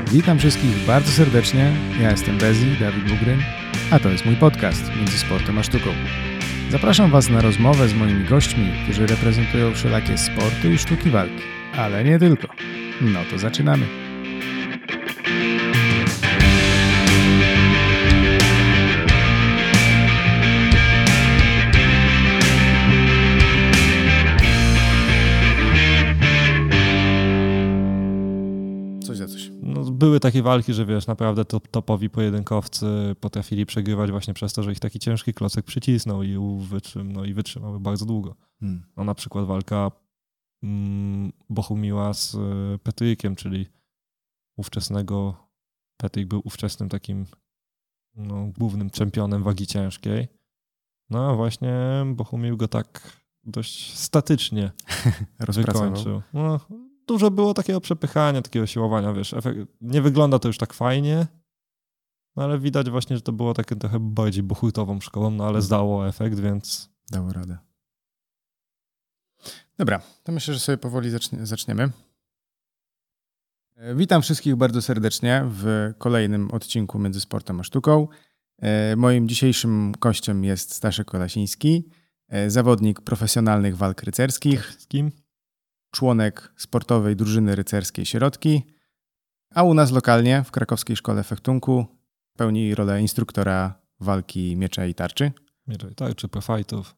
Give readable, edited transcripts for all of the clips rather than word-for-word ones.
Witam wszystkich bardzo serdecznie. Ja jestem Bezi, Dawid Bugryn, a to jest mój podcast Między Sportem a Sztuką. Zapraszam Was na rozmowę z moimi gośćmi, którzy reprezentują wszelakie sporty i sztuki walki, ale nie tylko. No to zaczynamy. Były takie walki, że wiesz, naprawdę topowi pojedynkowcy potrafili przegrywać właśnie przez to, że ich taki ciężki klocek przycisnął i wytrzymały bardzo długo. No na przykład walka Bohumiła z Petrykiem, czyli Petryk był ówczesnym takim głównym czempionem wagi ciężkiej. No a właśnie Bohumił go tak dość statycznie wykończył. Dużo było takiego przepychania, takiego siłowania, wiesz, nie wygląda to już tak fajnie, no ale widać właśnie, że to było takie trochę bardziej bohutową szkołą, no ale zdało efekt, więc... Dało radę. Dobra, to myślę, że sobie powoli zaczniemy. Witam wszystkich bardzo serdecznie w kolejnym odcinku Między Sportem a Sztuką. Moim dzisiejszym gościem jest Staszek Kolasiński, zawodnik profesjonalnych walk rycerskich. Z kim? Członek sportowej drużyny rycerskiej Sierotki, a u nas lokalnie w krakowskiej szkole fechtunku pełni rolę instruktora walki miecza i tarczy. Miecza i tarczy, profightów.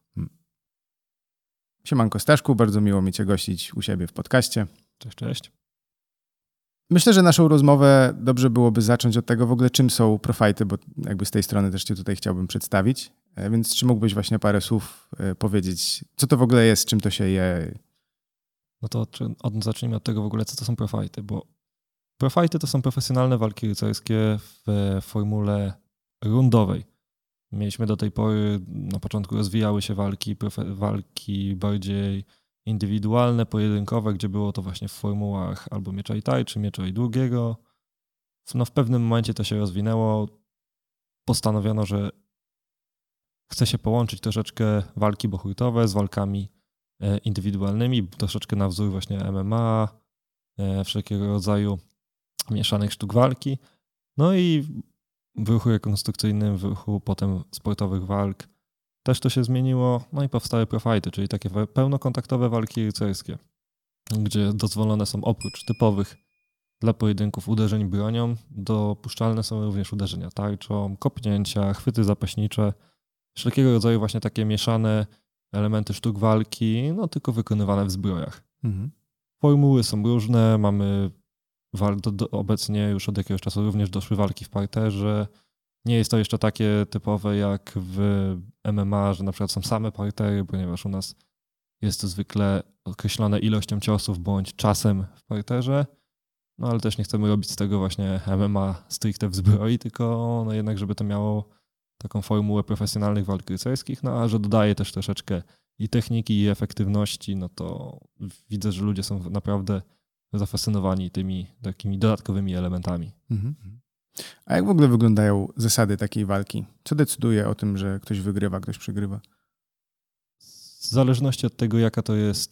Siemanko Staszku, bardzo miło mi Cię gościć u siebie w podcaście. Cześć. Myślę, że naszą rozmowę dobrze byłoby zacząć od tego w ogóle, czym są profighty, bo jakby z tej strony też Cię tutaj chciałbym przedstawić. Więc czy mógłbyś właśnie parę słów powiedzieć, co to w ogóle jest, czym to się je? No to zacznijmy od tego w ogóle, co to są profighty, bo profighty to są profesjonalne walki rycerskie w formule rundowej. Mieliśmy do tej pory, na początku rozwijały się walki bardziej indywidualne, pojedynkowe, gdzie było to właśnie w formułach albo miecza i tarczy, miecza i długiego. No w pewnym momencie to się rozwinęło. Postanowiono, że chce się połączyć troszeczkę walki bohurtowe z walkami indywidualnymi, troszeczkę na wzór właśnie MMA, wszelkiego rodzaju mieszanych sztuk walki. No i w ruchu rekonstrukcyjnym, w ruchu potem sportowych walk też to się zmieniło, no i powstały profighty, czyli takie pełnokontaktowe walki rycerskie, gdzie dozwolone są oprócz typowych dla pojedynków uderzeń bronią, dopuszczalne są również uderzenia tarczą, kopnięcia, chwyty zapaśnicze, wszelkiego rodzaju właśnie takie mieszane elementy sztuk walki, no tylko wykonywane w zbrojach. Formuły są różne, mamy obecnie już od jakiegoś czasu również doszły walki w parterze. Nie jest to jeszcze takie typowe jak w MMA, że na przykład są same partery, ponieważ u nas jest to zwykle określone ilością ciosów bądź czasem w parterze, no ale też nie chcemy robić z tego właśnie MMA stricte w zbroi, tylko no jednak, żeby to miało taką formułę profesjonalnych walk rycerskich, no a że dodaje też troszeczkę i techniki, i efektywności, no to widzę, że ludzie są naprawdę zafascynowani tymi takimi dodatkowymi elementami. A jak w ogóle wyglądają zasady takiej walki? Co decyduje o tym, że ktoś wygrywa, ktoś przegrywa? W zależności od tego, jaki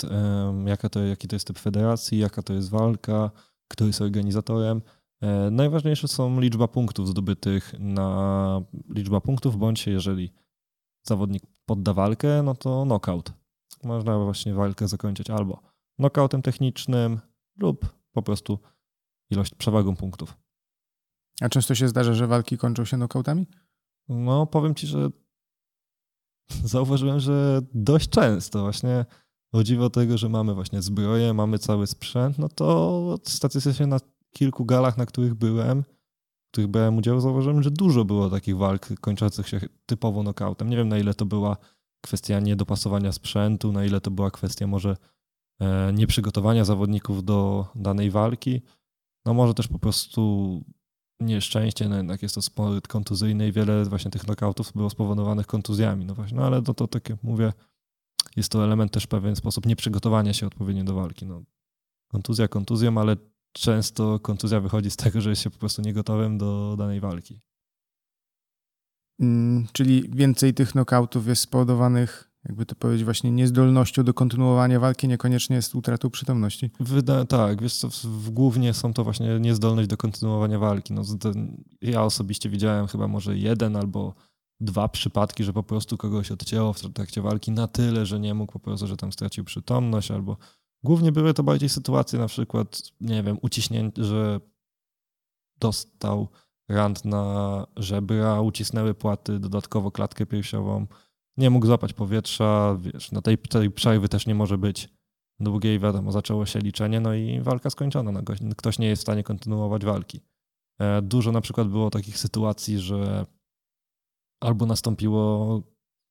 to jest typ federacji, jaka to jest walka, kto jest organizatorem, najważniejsze są liczba punktów zdobytych liczba punktów, bądź jeżeli zawodnik podda walkę, no to knockout. Można właśnie walkę zakończyć albo knockoutem technicznym lub po prostu przewagą punktów. A często się zdarza, że walki kończą się knockoutami? No powiem Ci, że zauważyłem, że dość często właśnie o dziwo tego, że mamy właśnie zbroję, mamy cały sprzęt, no to statystycznie na kilku galach, na których brałem udział, zauważyłem, że dużo było takich walk kończących się typowo knockoutem. Nie wiem, na ile to była kwestia niedopasowania sprzętu, na ile to była kwestia może nieprzygotowania zawodników do danej walki. No może też po prostu nieszczęście, no jednak jest to sport kontuzyjny i wiele właśnie tych knockoutów było spowodowanych kontuzjami. No właśnie, no ale to tak jak mówię, jest to element też w pewien sposób nieprzygotowania się odpowiednio do walki. No, kontuzja kontuzją, ale często kontuzja wychodzi z tego, że jest się po prostu niegotowym do danej walki. Czyli więcej tych knockoutów jest spowodowanych jakby to powiedzieć, właśnie niezdolnością do kontynuowania walki niekoniecznie jest utratą przytomności. Tak, wiesz co, głównie są to właśnie niezdolność do kontynuowania walki. No, ja osobiście widziałem chyba może 1 albo 2 przypadki, że po prostu kogoś odcięło w trakcie walki na tyle, że nie mógł po prostu, że tam stracił przytomność, albo głównie były to bardziej sytuacje na przykład, nie wiem, uciśnięcie, że dostał rant na żebra, ucisnęły płaty, dodatkowo klatkę piersiową, nie mógł złapać powietrza, wiesz, na tej przerwy też nie może być długiej, wiadomo, zaczęło się liczenie, no i walka skończona, no, ktoś nie jest w stanie kontynuować walki. Dużo na przykład było takich sytuacji, że albo nastąpiło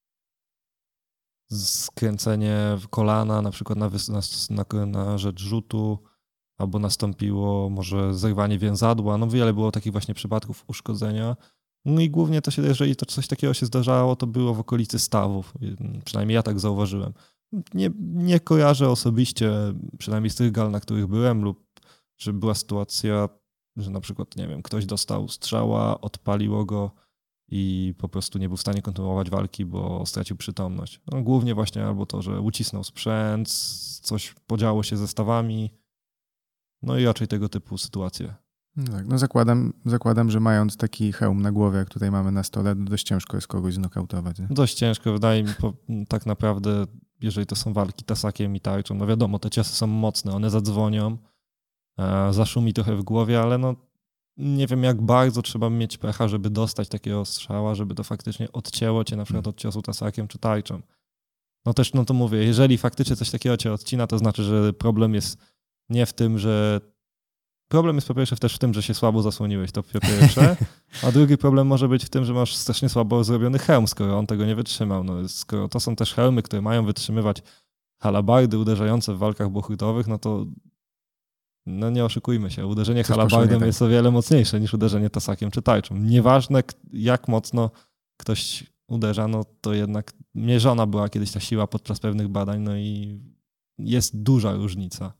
skręcenie kolana, na przykład na rzecz rzutu, albo nastąpiło może zerwanie więzadła. No wiele było takich właśnie przypadków uszkodzenia. No i głównie to się, jeżeli to coś takiego się zdarzało, to było w okolicy stawów. Przynajmniej ja tak zauważyłem. Nie kojarzę osobiście, przynajmniej z tych gal, na których byłem, lub że była sytuacja, że na przykład, nie wiem, ktoś dostał strzała, odpaliło go i po prostu nie był w stanie kontynuować walki, bo stracił przytomność. No, głównie właśnie albo to, że ucisnął sprzęt, coś podziało się ze stawami, no i raczej tego typu sytuacje. No tak, no zakładam, że mając taki hełm na głowie, jak tutaj mamy na stole, dość ciężko jest kogoś znokautować. Nie? Dość ciężko, wydaje mi się, tak naprawdę, jeżeli to są walki tasakiem i tarczą, no wiadomo, te ciosy są mocne, one zadzwonią, zaszumi trochę w głowie, ale no nie wiem, jak bardzo trzeba mieć pecha, żeby dostać takiego strzała, żeby to faktycznie odcięło cię na przykład od ciosu tasakiem czy tarczą. No też, no to mówię, jeżeli faktycznie coś takiego cię odcina, to znaczy, że problem jest nie w tym, że... Problem jest po pierwsze też w tym, że się słabo zasłoniłeś, to po pierwsze, a drugi problem może być w tym, że masz strasznie słabo zrobiony hełm, skoro on tego nie wytrzymał. No, skoro to są też hełmy, które mają wytrzymywać halabardy uderzające w walkach buchrytowych, no to no nie oszukujmy się, uderzenie halabardem jest o wiele mocniejsze niż uderzenie tasakiem czy tarczą. Nieważne jak mocno ktoś uderza, no to jednak mierzona była kiedyś ta siła podczas pewnych badań, no i jest duża różnica.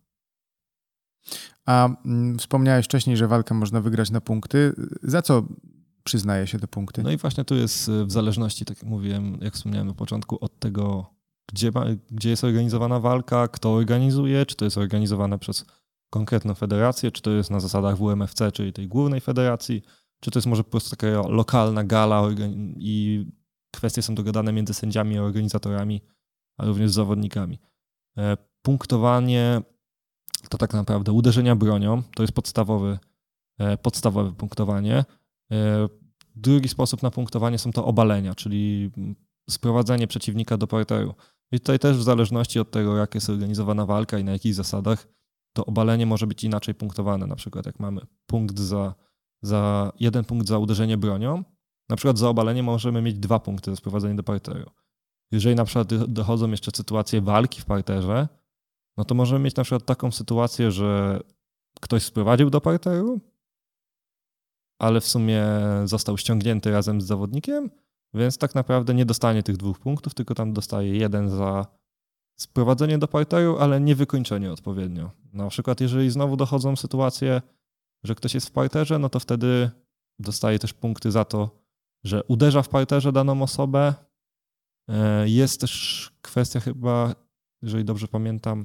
A wspomniałeś wcześniej, że walkę można wygrać na punkty. Za co przyznaje się te punkty? No i właśnie tu jest w zależności, tak jak mówiłem, jak wspomniałem na początku, od tego, gdzie jest organizowana walka, kto organizuje, czy to jest organizowane przez konkretną federację, czy to jest na zasadach WMFC, czyli tej głównej federacji, czy to jest może po prostu taka lokalna gala i kwestie są dogadane między sędziami a organizatorami, a również z zawodnikami. Punktowanie to tak naprawdę uderzenia bronią, to jest podstawowe punktowanie. Drugi sposób na punktowanie są to obalenia, czyli sprowadzenie przeciwnika do parteru. I tutaj też w zależności od tego, jak jest zorganizowana walka i na jakich zasadach, to obalenie może być inaczej punktowane. Na przykład jak mamy jeden punkt za uderzenie bronią, na przykład za obalenie możemy mieć 2 punkty za sprowadzenie do parteru. Jeżeli na przykład dochodzą jeszcze sytuacje walki w parterze, no to możemy mieć na przykład taką sytuację, że ktoś sprowadził do parteru, ale w sumie został ściągnięty razem z zawodnikiem, więc tak naprawdę nie dostanie tych 2 punktów, tylko tam dostaje 1 za sprowadzenie do parteru, ale nie wykończenie odpowiednio. Na przykład jeżeli znowu dochodzą sytuacje, że ktoś jest w parterze, no to wtedy dostaje też punkty za to, że uderza w parterze daną osobę. Jest też kwestia chyba, jeżeli dobrze pamiętam,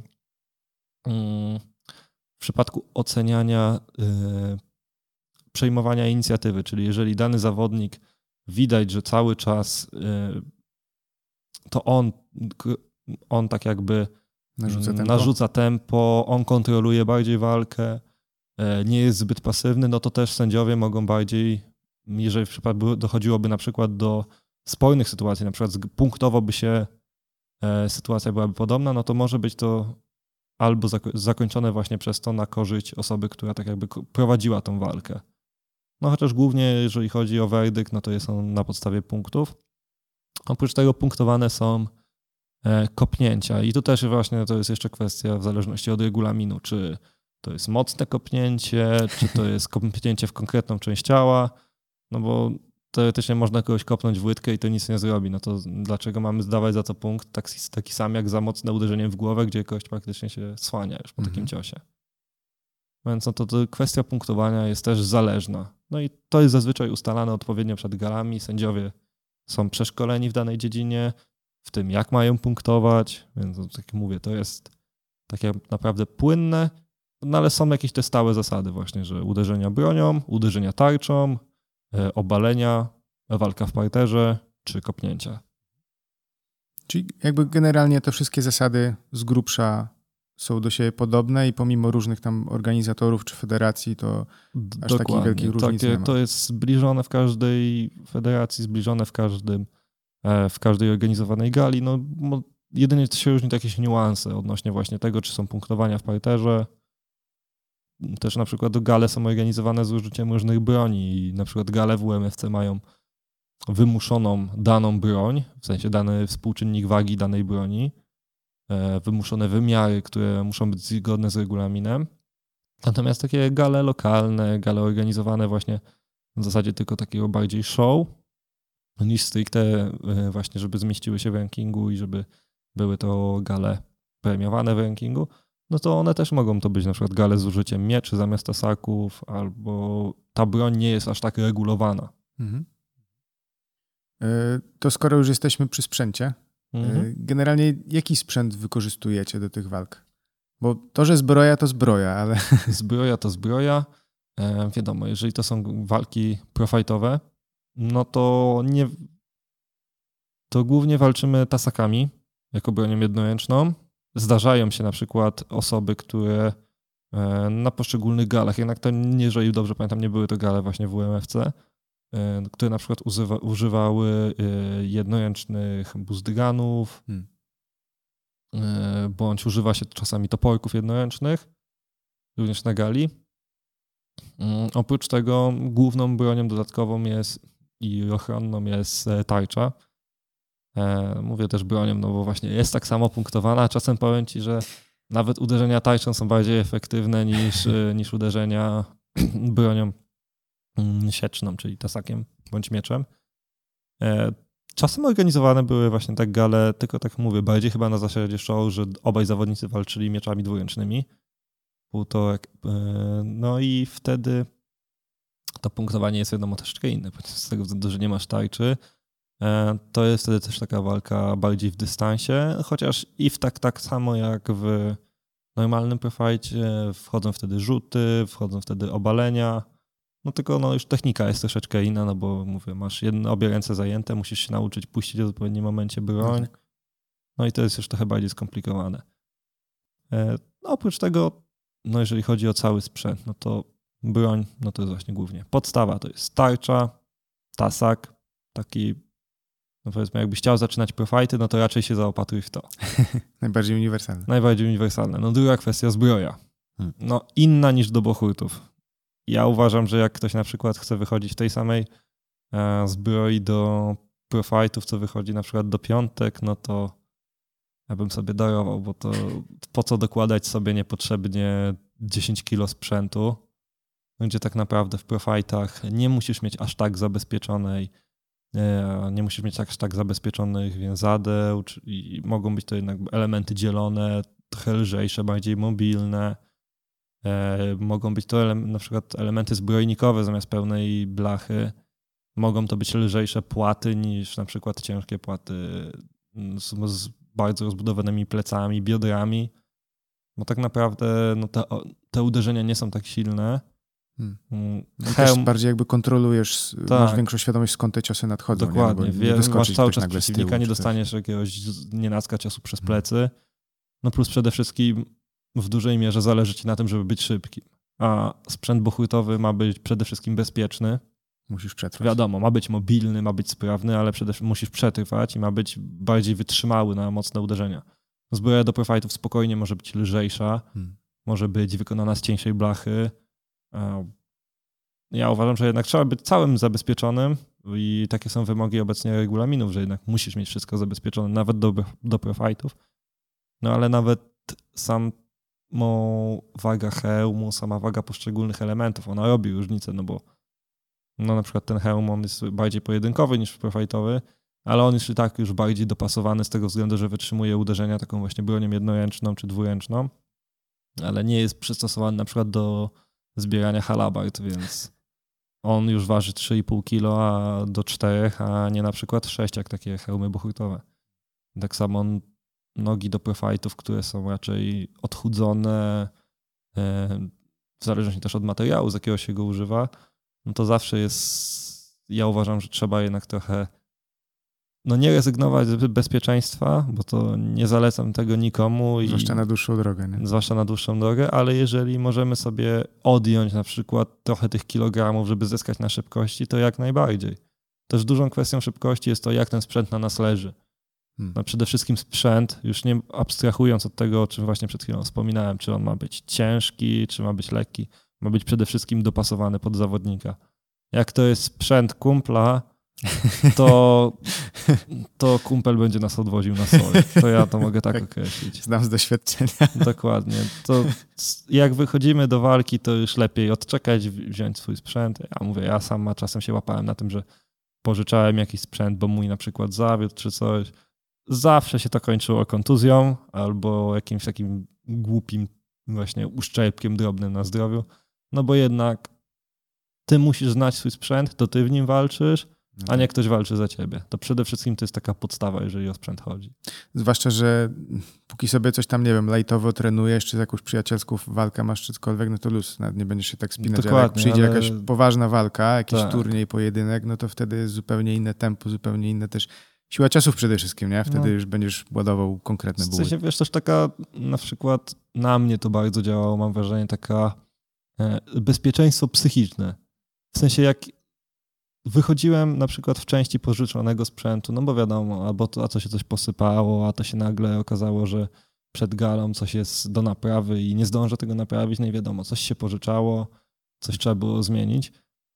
w przypadku oceniania przejmowania inicjatywy, czyli jeżeli dany zawodnik widać, że cały czas to on tak jakby narzuca tempo, on kontroluje bardziej walkę, nie jest zbyt pasywny, no to też sędziowie mogą bardziej, jeżeli w przypadku dochodziłoby na przykład do spornych sytuacji, na przykład punktowo by się sytuacja byłaby podobna, no to może być to albo zakończone właśnie przez to na korzyść osoby, która tak jakby prowadziła tą walkę. No chociaż głównie jeżeli chodzi o werdykt, no to jest on na podstawie punktów. Oprócz tego punktowane są kopnięcia i tu też właśnie to jest jeszcze kwestia w zależności od regulaminu, czy to jest mocne kopnięcie, czy to jest kopnięcie w konkretną część ciała, no bo teoretycznie można kogoś kopnąć w łydkę i to nic nie zrobi, no to dlaczego mamy zdawać za to punkt taki sam jak za mocne uderzenie w głowę, gdzie kość praktycznie się słania już po takim ciosie. Więc no to kwestia punktowania jest też zależna. No i to jest zazwyczaj ustalane odpowiednio przed galami, sędziowie są przeszkoleni w danej dziedzinie, w tym, jak mają punktować, więc tak jak mówię, to jest takie naprawdę płynne, no ale są jakieś te stałe zasady właśnie, że uderzenia bronią, uderzenia tarczą, obalenia, walka w parterze czy kopnięcia. Czyli jakby generalnie te wszystkie zasady z grubsza są do siebie podobne i pomimo różnych tam organizatorów czy federacji to aż takich wielkich różnic nie ma. To jest zbliżone w każdej federacji, zbliżone w każdej organizowanej gali. No, jedynie się różni jakieś niuanse odnośnie właśnie tego, czy są punktowania w parterze. Też na przykład gale są organizowane z użyciem różnych broni i na przykład gale w UMFC mają wymuszoną daną broń, w sensie dany współczynnik wagi danej broni, wymuszone wymiary, które muszą być zgodne z regulaminem. Natomiast takie gale lokalne, gale organizowane właśnie w zasadzie tylko takiego bardziej show, niż stricte właśnie, żeby zmieściły się w rankingu i żeby były to gale premiowane w rankingu, no to one też mogą to być na przykład gale z użyciem mieczy zamiast tasaków, albo ta broń nie jest aż tak regulowana. Mhm. To skoro już jesteśmy przy sprzęcie, generalnie jaki sprzęt wykorzystujecie do tych walk? Bo to, że zbroja to zbroja, ale... Zbroja to zbroja. Wiadomo, jeżeli to są walki profajtowe, no to głównie walczymy tasakami jako bronią jednoręczną. Zdarzają się na przykład osoby, które na poszczególnych galach, jednak to, jeżeli dobrze pamiętam, nie były to gale właśnie w UMFC, które na przykład używały jednoręcznych buzdyganów, bądź używa się czasami toporków jednoręcznych, również na gali. Oprócz tego główną bronią dodatkową jest i ochronną jest tarcza. Mówię też bronią, no bo właśnie jest tak samo punktowana, a czasem powiem ci, że nawet uderzenia tarczą są bardziej efektywne niż uderzenia bronią sieczną, czyli tasakiem bądź mieczem. Czasem organizowane były właśnie tak gale, tylko tak mówię, bardziej chyba na zasadzie show, że obaj zawodnicy walczyli mieczami dwuręcznymi. No i wtedy to punktowanie jest wiadomo troszeczkę inne, z tego względu, że nie masz tarczy. To jest wtedy też taka walka bardziej w dystansie, chociaż i tak samo jak w normalnym profajcie wchodzą wtedy rzuty, wchodzą wtedy obalenia. No tylko już technika jest troszeczkę inna, no bo mówię, masz obie ręce zajęte, musisz się nauczyć puścić w odpowiednim momencie broń. No tak. No i to jest już trochę bardziej skomplikowane. Oprócz tego, no jeżeli chodzi o cały sprzęt, no to broń, no to jest właśnie głównie podstawa, to jest tarcza, tasak, taki, no powiedzmy jakbyś chciał zaczynać profajty, no to raczej się zaopatruj w to. Najbardziej uniwersalne. Najbardziej uniwersalne. No druga kwestia, zbroja. No inna niż do bohurtów. Ja uważam, że jak ktoś na przykład chce wychodzić w tej samej zbroi do profajtów, co wychodzi na przykład do piątek, no to ja bym sobie darował, bo to po co dokładać sobie niepotrzebnie 10 kilo sprzętu, gdzie tak naprawdę w profajtach nie musisz mieć aż tak zabezpieczonej, nie musisz mieć aż tak zabezpieczonych więzadeł, i mogą być to jednak elementy dzielone, trochę lżejsze, bardziej mobilne. Mogą być to na przykład elementy zbrojnikowe zamiast pełnej blachy. Mogą to być lżejsze płaty niż na przykład ciężkie płaty z bardzo rozbudowanymi plecami, biodrami. Bo tak naprawdę no te uderzenia nie są tak silne. Też bardziej jakby kontrolujesz, masz większą świadomość, skąd te ciosy nadchodzą. Dokładnie. Nie masz cały czas przeciwnika, nie dostaniesz jakiegoś nienacka ciosu przez plecy. No plus przede wszystkim w dużej mierze zależy ci na tym, żeby być szybkim. A sprzęt bohurtowy ma być przede wszystkim bezpieczny. Musisz przetrwać. Wiadomo, ma być mobilny, ma być sprawny, ale przede wszystkim musisz przetrwać i ma być bardziej wytrzymały na mocne uderzenia. Zbroja do profajtów spokojnie może być lżejsza, może być wykonana z cieńszej blachy. Ja uważam, że jednak trzeba być całym zabezpieczonym i takie są wymogi obecnie regulaminów, że jednak musisz mieć wszystko zabezpieczone, nawet do profajtów. No ale nawet sama waga hełmu, sama waga poszczególnych elementów, ona robi różnicę, no bo no na przykład ten hełm, on jest bardziej pojedynkowy niż profajtowy, ale on jest i tak już bardziej dopasowany z tego względu, że wytrzymuje uderzenia taką właśnie bronią jednoręczną czy dwuręczną, ale nie jest przystosowany na przykład do zbierania halabard, więc on już waży 3,5 kg do 4, a nie na przykład 6, jak takie hełmy bohurtowe. Tak samo nogi do profajtów, które są raczej odchudzone, w zależności też od materiału, z jakiego się go używa, no to zawsze jest, ja uważam, że trzeba jednak trochę nie rezygnować z bezpieczeństwa, bo to nie zalecam tego nikomu. Zwłaszcza na dłuższą drogę. Nie? Zwłaszcza na dłuższą drogę, ale jeżeli możemy sobie odjąć na przykład trochę tych kilogramów, żeby zyskać na szybkości, to jak najbardziej. Też dużą kwestią szybkości jest to, jak ten sprzęt na nas leży. No przede wszystkim sprzęt, już nie abstrahując od tego, o czym właśnie przed chwilą wspominałem, czy on ma być ciężki, czy ma być lekki, ma być przede wszystkim dopasowany pod zawodnika. Jak to jest sprzęt kumpla, to kumpel będzie nas odwoził na sol. To ja to mogę tak określić. Znam z doświadczenia. Dokładnie. To jak wychodzimy do walki, to już lepiej odczekać, wziąć swój sprzęt. Ja mówię, ja sam czasem się łapałem na tym, że pożyczałem jakiś sprzęt, bo mój na przykład zawiódł czy coś. Zawsze się to kończyło kontuzją albo jakimś takim głupim właśnie uszczerbkiem drobnym na zdrowiu. No bo jednak ty musisz znać swój sprzęt, to ty w nim walczysz, a nie ktoś walczy za ciebie. To przede wszystkim to jest taka podstawa, jeżeli o sprzęt chodzi. Zwłaszcza, że póki sobie coś tam, nie wiem, lajtowo trenujesz, czy z jakąś przyjacielską walkę masz, czy cokolwiek, no to luz, nawet nie będziesz się tak spinać. Dokładnie, ale jak przyjdzie jakaś poważna walka, jakiś turniej, pojedynek, no to wtedy jest zupełnie inne tempo, zupełnie inne też siła ciosów przede wszystkim, nie? Wtedy już będziesz ładował konkretne buły. W sensie, wiesz, też taka, na przykład na mnie to bardzo działało, mam wrażenie, taka bezpieczeństwo psychiczne. W sensie, jak wychodziłem na przykład w części pożyczonego sprzętu, no bo wiadomo, albo to, a to się coś posypało, a to się nagle okazało, że przed galą coś jest do naprawy i nie zdążę tego naprawić, no i wiadomo, coś się pożyczało, coś trzeba było zmienić.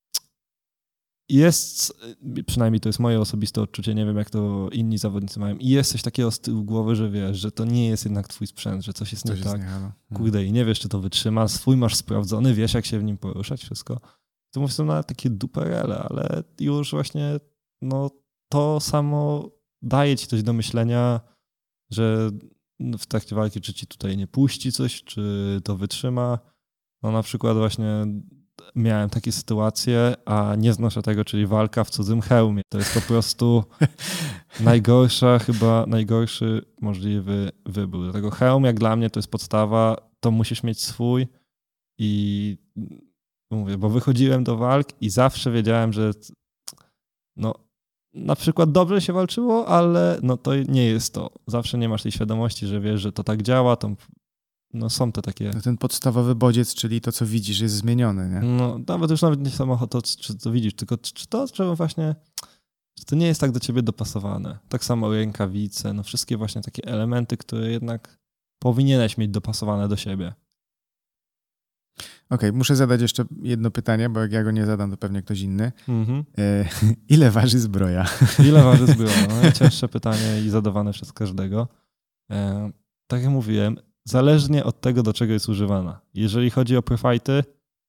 Jest, przynajmniej to jest moje osobiste odczucie, nie wiem jak to inni zawodnicy mają, i jest coś takiego z tyłu głowy, że wiesz, że to nie jest jednak twój sprzęt, że coś jest nie tak. Kurde, i nie wiesz, czy to wytrzyma, swój masz sprawdzony, wiesz jak się w nim poruszać, wszystko. To mówię, są nawet takie duperele, ale już właśnie to samo daje ci coś do myślenia, że w trakcie walki czy ci tutaj nie puści coś, czy to wytrzyma. No na przykład właśnie miałem takie sytuacje, a nie znoszę tego, czyli walka w cudzym hełmie. To jest po prostu najgorszy możliwy wybór. Dlatego hełm jak dla mnie to jest podstawa, to musisz mieć swój i mówię, bo wychodziłem do walk i zawsze wiedziałem, że na przykład dobrze się walczyło, ale to nie jest to. Zawsze nie masz tej świadomości, że wiesz, że to tak działa, to są te takie... No ten podstawowy bodziec, czyli to, co widzisz, jest zmienione, nie? No nawet nie samo to, czy to widzisz, tylko czy to właśnie, że to nie jest tak do ciebie dopasowane. Tak samo rękawice, wszystkie właśnie takie elementy, które jednak powinieneś mieć dopasowane do siebie. Okej, muszę zadać jeszcze jedno pytanie, bo jak ja go nie zadam, to pewnie ktoś inny. Ile waży zbroja? Ile waży zbroja? Najcięższe pytanie i zadawane przez każdego. Tak jak mówiłem, zależnie od tego, do czego jest używana. Jeżeli chodzi o profajty,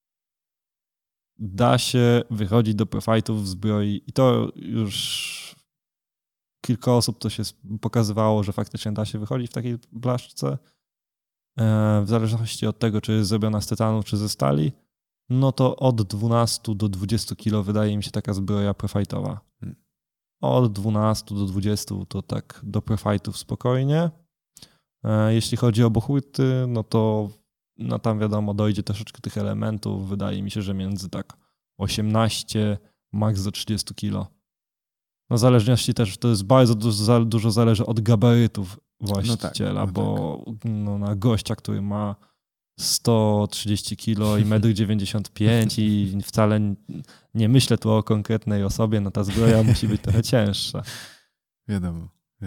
da się wychodzić do profajtów w zbroi i to już kilka osób to się pokazywało, że faktycznie da się wychodzić w takiej blaszce. W zależności od tego, czy jest zrobiona z tytanu, czy ze stali, no to od 12 do 20 kg wydaje mi się taka zbroja profajtowa. Od 12 do 20 to tak do profajtów spokojnie. Jeśli chodzi o bochłyty, no to tam wiadomo, dojdzie troszeczkę tych elementów. Wydaje mi się, że między tak 18, maks do 30 kg. No w zależności też, to jest bardzo dużo zależy od gabarytów właściciela, bo na gościa, który ma 130 kg i 1,95 m i wcale nie myślę tu o konkretnej osobie, ta zbroja musi być trochę cięższa. Wiadomo.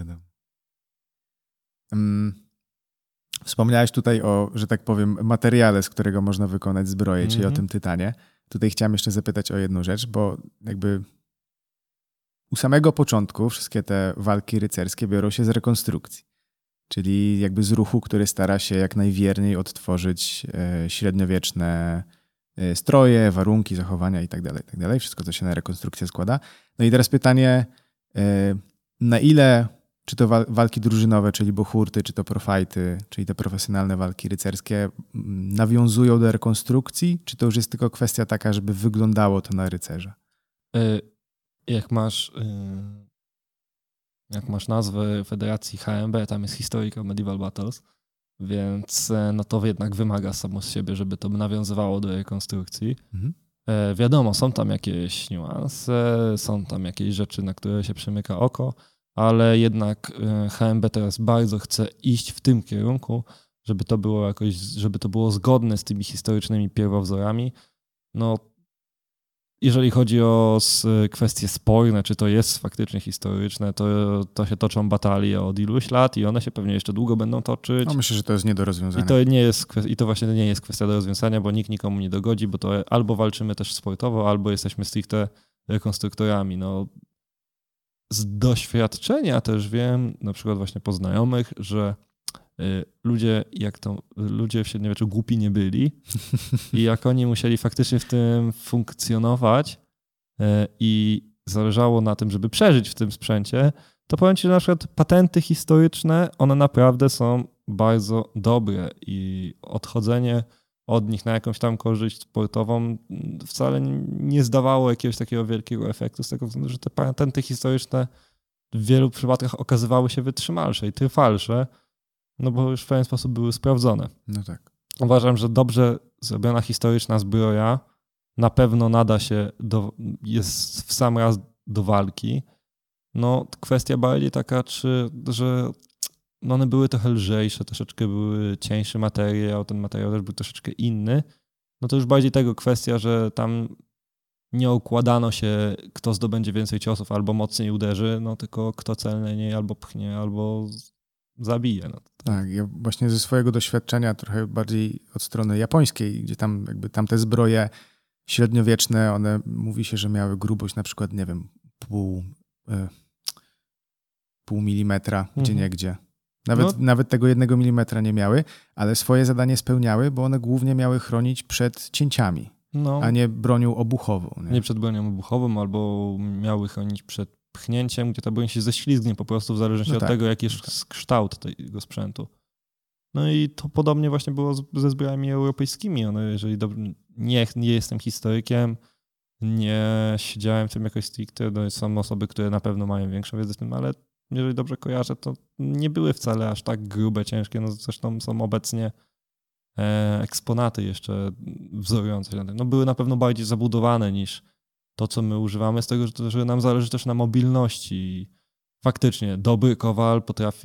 Wspomniałeś tutaj o, że tak powiem, materiale, z którego można wykonać zbroję, czyli o tym tytanie. Tutaj chciałem jeszcze zapytać o jedną rzecz, bo jakby u samego początku wszystkie te walki rycerskie biorą się z rekonstrukcji, czyli jakby z ruchu, który stara się jak najwierniej odtworzyć średniowieczne stroje, warunki, zachowania i tak dalej. Wszystko, co się na rekonstrukcję składa. No i teraz pytanie, na ile czy to walki drużynowe, czyli bohurty, czy to profajty, czyli te profesjonalne walki rycerskie nawiązują do rekonstrukcji, czy to już jest tylko kwestia taka, żeby wyglądało to na rycerza? Jak masz jak masz nazwę federacji HMB, tam jest Historical Medieval Battles, więc no to jednak wymaga samo z siebie, żeby to nawiązywało do rekonstrukcji. Wiadomo, są tam jakieś niuanse, są tam jakieś rzeczy, na które się przymyka oko, ale jednak HMB teraz bardzo chce iść w tym kierunku, żeby to było jakoś, żeby to było zgodne z tymi historycznymi pierwowzorami. No, jeżeli chodzi o kwestie sporne, czy to jest faktycznie historyczne, to się toczą batalie od iluś lat i one się pewnie jeszcze długo będą toczyć. No myślę, że to jest nie do rozwiązania. I to właśnie nie jest kwestia do rozwiązania, bo nikt nikomu nie dogodzi, bo to albo walczymy też sportowo, albo jesteśmy stricte rekonstruktorami. No, z doświadczenia też wiem, na przykład właśnie po znajomych, że ludzie w średniowieczu głupi nie byli i jak oni musieli faktycznie w tym funkcjonować i zależało na tym, żeby przeżyć w tym sprzęcie, to powiem ci, że na przykład patenty historyczne, one naprawdę są bardzo dobre i odchodzenie od nich na jakąś tam korzyść sportową wcale nie zdawało jakiegoś takiego wielkiego efektu, z tego względu, że te patenty historyczne w wielu przypadkach okazywały się wytrzymalsze i trwalsze, no bo już w pewien sposób były sprawdzone. No tak. Uważam, że dobrze zrobiona historyczna zbroja na pewno nada się, jest w sam raz do walki. No kwestia bardziej taka, że one były trochę lżejsze, troszeczkę były cieńszy materiał, ten materiał też był troszeczkę inny. No to już bardziej tego kwestia, że tam nie układano się, kto zdobędzie więcej ciosów albo mocniej uderzy, no tylko kto celniej albo pchnie, albo zabije. No. Tak, ja właśnie ze swojego doświadczenia trochę bardziej od strony japońskiej, gdzie tam jakby tamte zbroje średniowieczne, one mówi się, że miały grubość na przykład, nie wiem, pół milimetra, gdzieniegdzie. Nawet tego 1 milimetra nie miały, ale swoje zadanie spełniały, bo one głównie miały chronić przed cięciami, a nie bronią obuchową. Nie przed bronią obuchową, albo miały chronić przed pchnięciem, gdzie ta broń się ześlizgnie po prostu w zależności od tego, jaki jest kształt tego sprzętu. No i to podobnie właśnie było ze zbrojami europejskimi. One, jeżeli nie jestem historykiem, nie siedziałem w tym jakoś stricte, no są osoby, które na pewno mają większą wiedzę w tym, ale jeżeli dobrze kojarzę, to nie były wcale aż tak grube, ciężkie. No zresztą są obecnie eksponaty jeszcze wzorujące się na tym. No były na pewno bardziej zabudowane niż to, co my używamy, z tego, że nam zależy też na mobilności. Faktycznie dobry kowal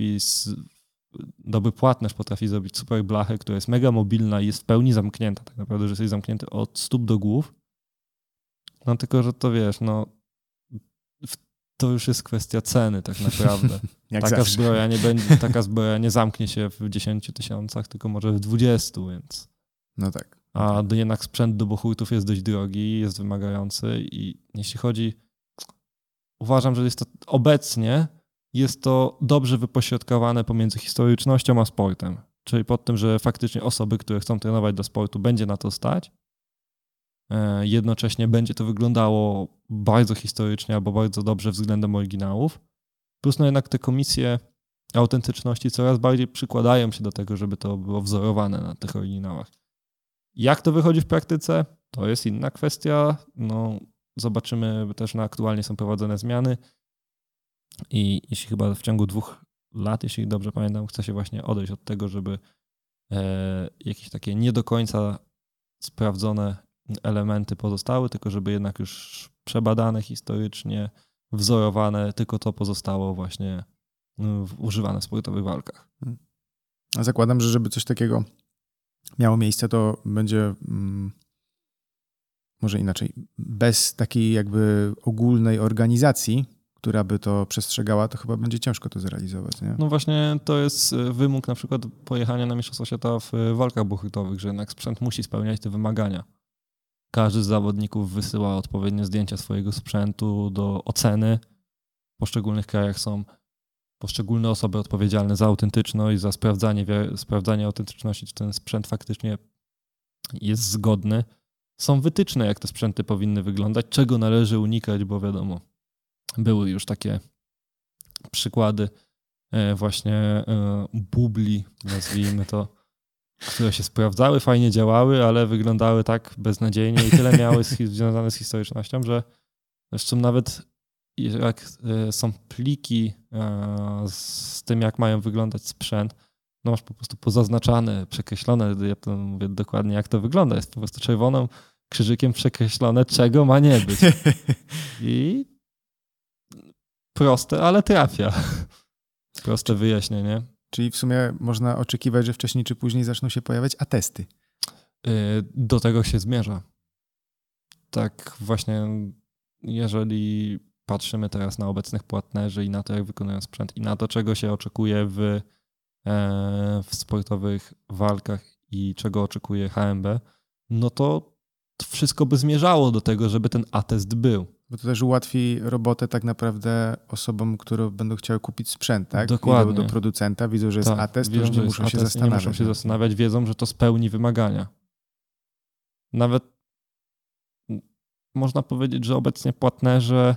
dobry płatnerz potrafi zrobić super blachę, która jest mega mobilna i jest w pełni zamknięta. Tak naprawdę, że jesteś zamknięty od stóp do głów. No tylko, że to wiesz, no to już jest kwestia ceny tak naprawdę. Taka zbroja nie zamknie się w 10 000, tylko może w 20, więc... No tak. A jednak sprzęt do bohurtów jest dość drogi, jest wymagający i jeśli chodzi... Uważam, że jest to dobrze wypośrodkowane pomiędzy historycznością a sportem. Czyli pod tym, że faktycznie osoby, które chcą trenować do sportu, będzie na to stać. Jednocześnie będzie to wyglądało bardzo historycznie albo bardzo dobrze względem oryginałów. Plus no jednak te komisje autentyczności coraz bardziej przykładają się do tego, żeby to było wzorowane na tych oryginałach. Jak to wychodzi w praktyce? To jest inna kwestia. No, zobaczymy, też aktualnie są prowadzone zmiany i jeśli chyba w ciągu 2 lat, jeśli dobrze pamiętam, chce się właśnie odejść od tego, żeby jakieś takie nie do końca sprawdzone elementy pozostały, tylko żeby jednak już przebadane historycznie, wzorowane, tylko to pozostało właśnie używane w sportowych walkach. Zakładam, że żeby coś takiego miało miejsce, to będzie może inaczej, bez takiej jakby ogólnej organizacji, która by to przestrzegała, to chyba będzie ciężko to zrealizować, nie? No właśnie to jest wymóg na przykład pojechania na Mistrzostwa Świata w walkach bohurtowych, że jednak sprzęt musi spełniać te wymagania. Każdy z zawodników wysyła odpowiednie zdjęcia swojego sprzętu do oceny. W poszczególnych krajach są poszczególne osoby odpowiedzialne za autentyczność, za sprawdzanie autentyczności, czy ten sprzęt faktycznie jest zgodny. Są wytyczne, jak te sprzęty powinny wyglądać, czego należy unikać, bo wiadomo, były już takie przykłady właśnie bubli, nazwijmy to, które się sprawdzały, fajnie działały, ale wyglądały tak beznadziejnie i tyle miały związane z historycznością, że zresztą nawet jak są pliki z tym, jak mają wyglądać sprzęt, no masz po prostu pozaznaczane, przekreślone, ja to mówię dokładnie, jak to wygląda. Jest po prostu czerwonym krzyżykiem przekreślone, czego ma nie być. I proste, ale trafia. Proste wyjaśnienie. Czyli w sumie można oczekiwać, że wcześniej czy później zaczną się pojawiać atesty. Do tego się zmierza. Tak właśnie, jeżeli patrzymy teraz na obecnych płatnerzy i na to, jak wykonują sprzęt i na to, czego się oczekuje w sportowych walkach i czego oczekuje HMB, no to wszystko by zmierzało do tego, żeby ten atest był. Bo to też ułatwi robotę tak naprawdę osobom, które będą chciały kupić sprzęt, tak? Dokładnie. Idą do producenta, widzą, że jest atest, to już nie muszą się zastanawiać. Nie muszą się zastanawiać, wiedzą, że to spełni wymagania. Nawet można powiedzieć, że obecnie płatnerze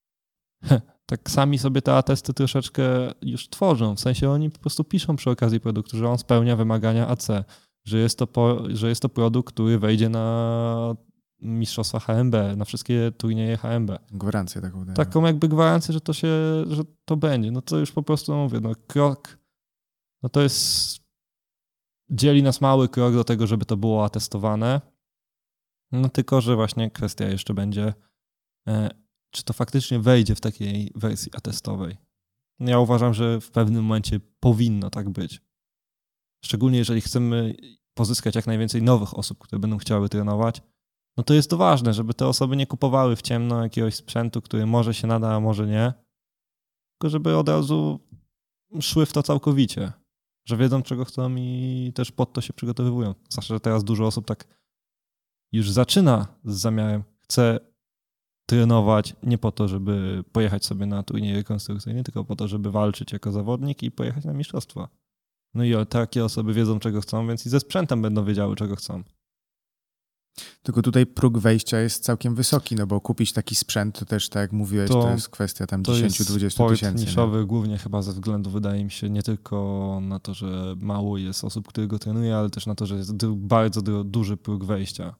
tak sami sobie te atesty troszeczkę już tworzą. W sensie oni po prostu piszą przy okazji produktu, że on spełnia wymagania AC, że jest to produkt, który wejdzie na mistrzostwa HMB, na wszystkie turnieje HMB. Gwarancję taką dają. Taką jakby gwarancję, że to będzie. No to już po prostu mówię, no krok, no to jest, dzieli nas mały krok do tego, żeby to było atestowane. No tylko, że właśnie kwestia jeszcze będzie, czy to faktycznie wejdzie w takiej wersji atestowej. Ja uważam, że w pewnym momencie powinno tak być. Szczególnie jeżeli chcemy pozyskać jak najwięcej nowych osób, które będą chciały trenować, no to jest to ważne, żeby te osoby nie kupowały w ciemno jakiegoś sprzętu, który może się nada, a może nie, tylko żeby od razu szły w to całkowicie, że wiedzą, czego chcą i też pod to się przygotowywują. Zwłaszcza, że teraz dużo osób tak już zaczyna z zamiarem, chce trenować nie po to, żeby pojechać sobie na turniej rekonstrukcyjny, tylko po to, żeby walczyć jako zawodnik i pojechać na mistrzostwa. No i takie osoby wiedzą, czego chcą, więc i ze sprzętem będą wiedziały, czego chcą. Tylko tutaj próg wejścia jest całkiem wysoki, no bo kupić taki sprzęt, to też, tak jak mówiłeś, to jest kwestia tam 10-20 tysięcy. Niszowy głównie chyba ze względu, wydaje mi się, nie tylko na to, że mało jest osób, które go trenuje, ale też na to, że jest bardzo duży próg wejścia.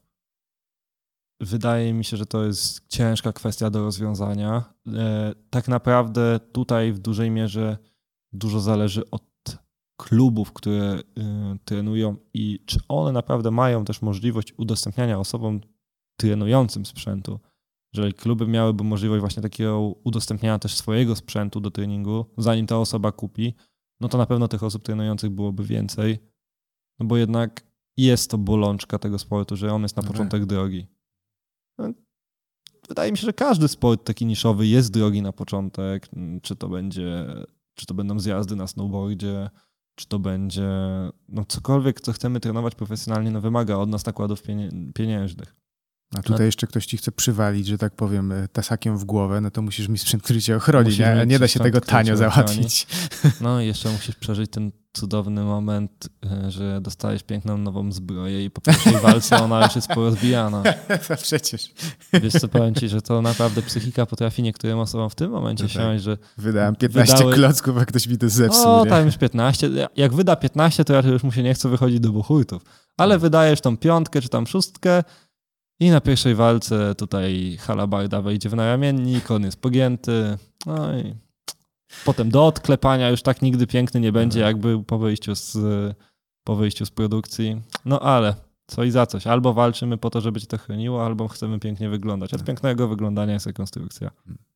Wydaje mi się, że to jest ciężka kwestia do rozwiązania. Tak naprawdę tutaj w dużej mierze dużo zależy od klubów, które trenują i czy one naprawdę mają też możliwość udostępniania osobom trenującym sprzętu. Jeżeli kluby miałyby możliwość właśnie takiego udostępniania też swojego sprzętu do treningu, zanim ta osoba kupi, no to na pewno tych osób trenujących byłoby więcej, no bo jednak jest to bolączka tego sportu, że on jest na początek drogi. No, wydaje mi się, że każdy sport taki niszowy jest drogi na początek, czy to będą zjazdy na snowboardzie, czy to będzie, no cokolwiek, co chcemy trenować profesjonalnie, no wymaga od nas nakładów pieniężnych. A tutaj jeszcze ktoś ci chce przywalić, że tak powiem, tasakiem w głowę, no to musisz mieć sprzęt, który cię ochroni, nie da się tego tanio załatwić. No i jeszcze musisz przeżyć ten cudowny moment, że dostajesz piękną nową zbroję i po pierwszej walce ona już jest porozbijana. To przecież. Wiesz co, powiem ci, że to naprawdę psychika potrafi niektórym osobom w tym momencie siąść, że wydałem 15 klocków, jak ktoś mi to zepsuł. O, tam już 15. Jak wyda 15, to raczej już mu się nie chce wychodzić do buchurtów. Ale wydajesz tą 5 czy tam 6 i na pierwszej walce tutaj halabarda wejdzie w naramiennik, on jest pogięty. No i potem do odklepania już tak nigdy piękny nie będzie, jak był po wyjściu z produkcji. No ale co i za coś. Albo walczymy po to, żeby cię to chroniło, albo chcemy pięknie wyglądać. Od pięknego wyglądania jest rekonstrukcja.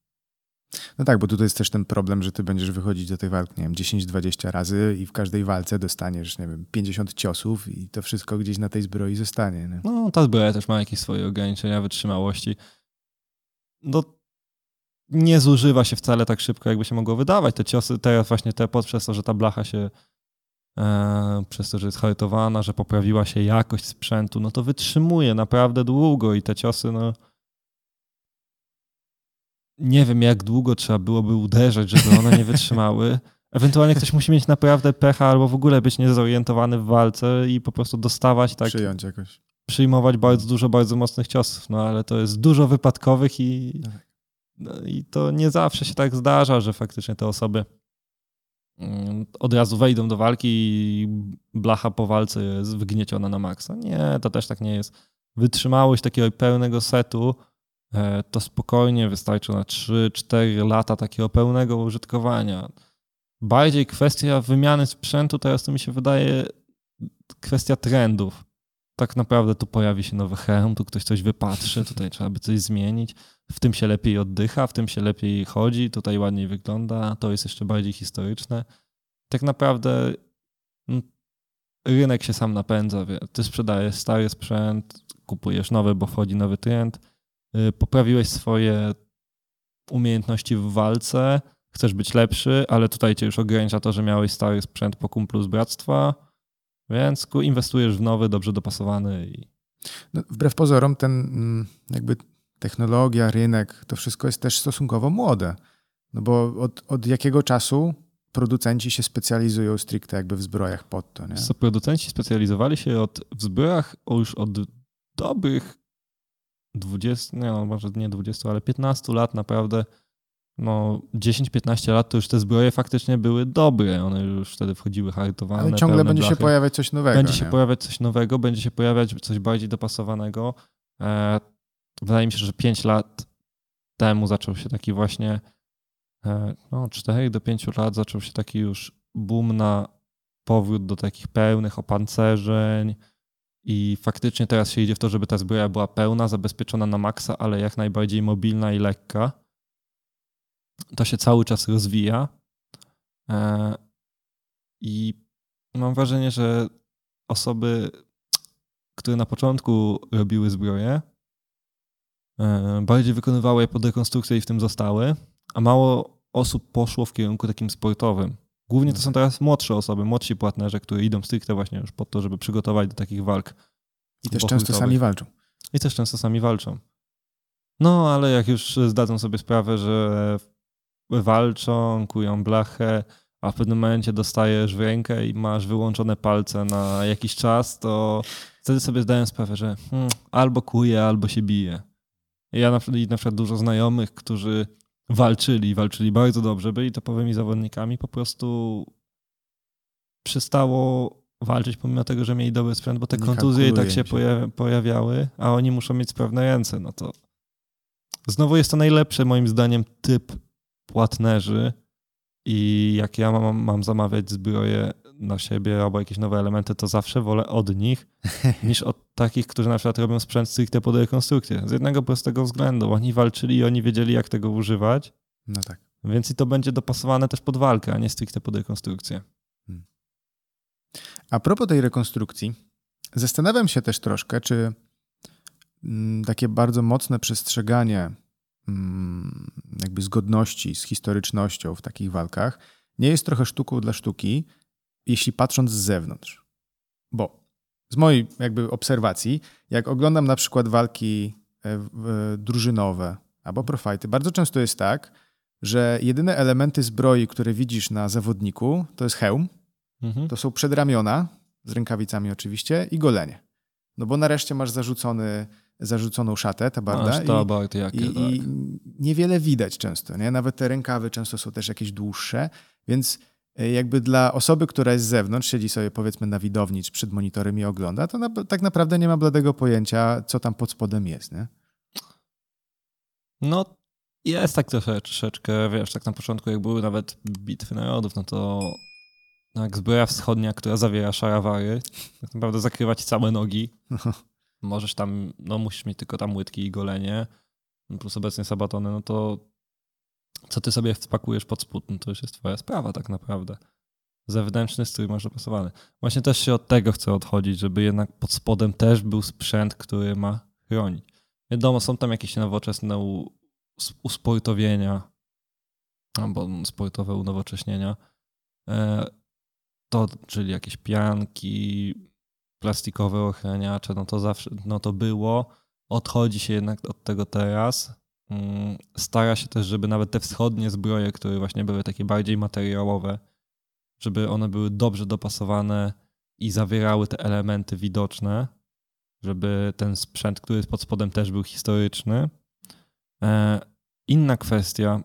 No tak, bo tutaj jest też ten problem, że ty będziesz wychodzić do tej walki, nie wiem, 10-20 razy i w każdej walce dostaniesz, nie wiem, 50 ciosów i to wszystko gdzieś na tej zbroi zostanie. Nie? No, ta zbroja też ma jakieś swoje ograniczenia wytrzymałości. No, nie zużywa się wcale tak szybko, jakby się mogło wydawać. Te ciosy teraz właśnie przez to, że ta blacha się przez to, że jest hartowana, że poprawiła się jakość sprzętu, no to wytrzymuje naprawdę długo i te ciosy, no nie wiem, jak długo trzeba byłoby uderzać, żeby one nie wytrzymały. Ewentualnie ktoś musi mieć naprawdę pecha albo w ogóle być niezorientowany w walce i po prostu dostawać tak, przyjąć jakoś. Przyjmować bardzo dużo, bardzo mocnych ciosów, no ale to jest dużo wypadkowych i to nie zawsze się tak zdarza, że faktycznie te osoby od razu wejdą do walki i blacha po walce jest wygnieciona na maksa. Nie, to też tak nie jest. Wytrzymałość takiego pełnego setu to spokojnie wystarczy na 3-4 lata takiego pełnego użytkowania. Bardziej kwestia wymiany sprzętu teraz to mi się wydaje kwestia trendów. Tak naprawdę tu pojawi się nowy hełm, tu ktoś coś wypatrzy, tutaj trzeba by coś zmienić. W tym się lepiej oddycha, w tym się lepiej chodzi, tutaj ładniej wygląda, to jest jeszcze bardziej historyczne. Tak naprawdę rynek się sam napędza. Ty sprzedajesz stary sprzęt, kupujesz nowy, bo wchodzi nowy trend. Poprawiłeś swoje umiejętności w walce, chcesz być lepszy, ale tutaj cię już ogranicza to, że miałeś stary sprzęt po kumplu z bractwa, więc inwestujesz w nowy, dobrze dopasowany. No, wbrew pozorom ten jakby technologia, rynek, to wszystko jest też stosunkowo młode. No bo od jakiego czasu producenci się specjalizują stricte jakby w zbrojach pod to, nie? Co, producenci specjalizowali się w zbrojach już od dobrych 20, może nie 20, ale 15 lat naprawdę. 10-15 lat to już te zbroje faktycznie były dobre. One już wtedy wchodziły hartowane. Ale ciągle będzie się pojawiać coś nowego. Będzie się pojawiać coś nowego, będzie się pojawiać coś bardziej dopasowanego. Wydaje mi się, że 5 lat temu zaczął się taki właśnie 4 do 5 lat zaczął się taki już boom na powrót do takich pełnych opancerzeń i faktycznie teraz się idzie w to, żeby ta zbroja była pełna, zabezpieczona na maksa, ale jak najbardziej mobilna i lekka. To się cały czas rozwija i mam wrażenie, że osoby, które na początku robiły zbroje, bardziej wykonywały je pod rekonstrukcję i w tym zostały, a mało osób poszło w kierunku takim sportowym. Głównie to są teraz młodsze osoby, młodsi płatnerze, które idą stricte właśnie już po to, żeby przygotować do takich walk. I też często sami walczą. I też często sami walczą. No, ale jak już zdadzą sobie sprawę, że walczą, kują blachę, a w pewnym momencie dostajesz w rękę i masz wyłączone palce na jakiś czas, to wtedy sobie zdaję sprawę, że albo kuje, albo się bije. Ja na przykład dużo znajomych, którzy walczyli bardzo dobrze, byli topowymi zawodnikami, po prostu przestało walczyć pomimo tego, że mieli dobry sprzęt, bo te kontuzje i tak się pojawiały, a oni muszą mieć sprawne ręce. No to znowu jest to najlepszy moim zdaniem typ płatnerzy i jak ja mam zamawiać zbroję na siebie albo jakieś nowe elementy, to zawsze wolę od nich niż od takich, którzy na przykład robią sprzęt stricte pod rekonstrukcję. Z jednego prostego względu. Oni walczyli i oni wiedzieli, jak tego używać. No tak. Więc i to będzie dopasowane też pod walkę, a nie stricte pod rekonstrukcję. A propos tej rekonstrukcji, zastanawiam się też troszkę, czy takie bardzo mocne przestrzeganie jakby zgodności z historycznością w takich walkach nie jest trochę sztuką dla sztuki, jeśli patrząc z zewnątrz. Bo z mojej jakby obserwacji, jak oglądam na przykład walki drużynowe albo profajty, bardzo często jest tak, że jedyne elementy zbroi, które widzisz na zawodniku, to jest hełm, to są przedramiona, z rękawicami oczywiście, i golenie. No bo nareszcie masz zarzuconą szatę, tabarda, i niewiele widać często. Nie? Nawet te rękawy często są też jakieś dłuższe, więc jakby dla osoby, która jest z zewnątrz, siedzi sobie powiedzmy na widowni czy przed monitorem i ogląda, to tak naprawdę nie ma bladego pojęcia, co tam pod spodem jest. Nie? No jest tak troszeczkę, wiesz, tak na początku jak były nawet bitwy narodów, no to jak zbroja wschodnia, która zawiera szarawary, tak naprawdę zakrywa ci całe nogi. Możesz tam, musisz mieć tylko tam łydki i golenie, plus obecnie sabatony, no to co ty sobie wpakujesz pod spód, no to już jest twoja sprawa tak naprawdę. Zewnętrzny strój masz dopasowany. Właśnie też się od tego chcę odchodzić, żeby jednak pod spodem też był sprzęt, który ma chronić. Wiadomo, są tam jakieś nowoczesne usportowienia, albo sportowe unowocześnienia, czyli jakieś pianki, plastikowe ochraniacze, no to zawsze, to było. Odchodzi się jednak od tego teraz. Stara się też, żeby nawet te wschodnie zbroje, które właśnie były takie bardziej materiałowe, żeby one były dobrze dopasowane i zawierały te elementy widoczne, żeby ten sprzęt, który jest pod spodem, też był historyczny. Inna kwestia.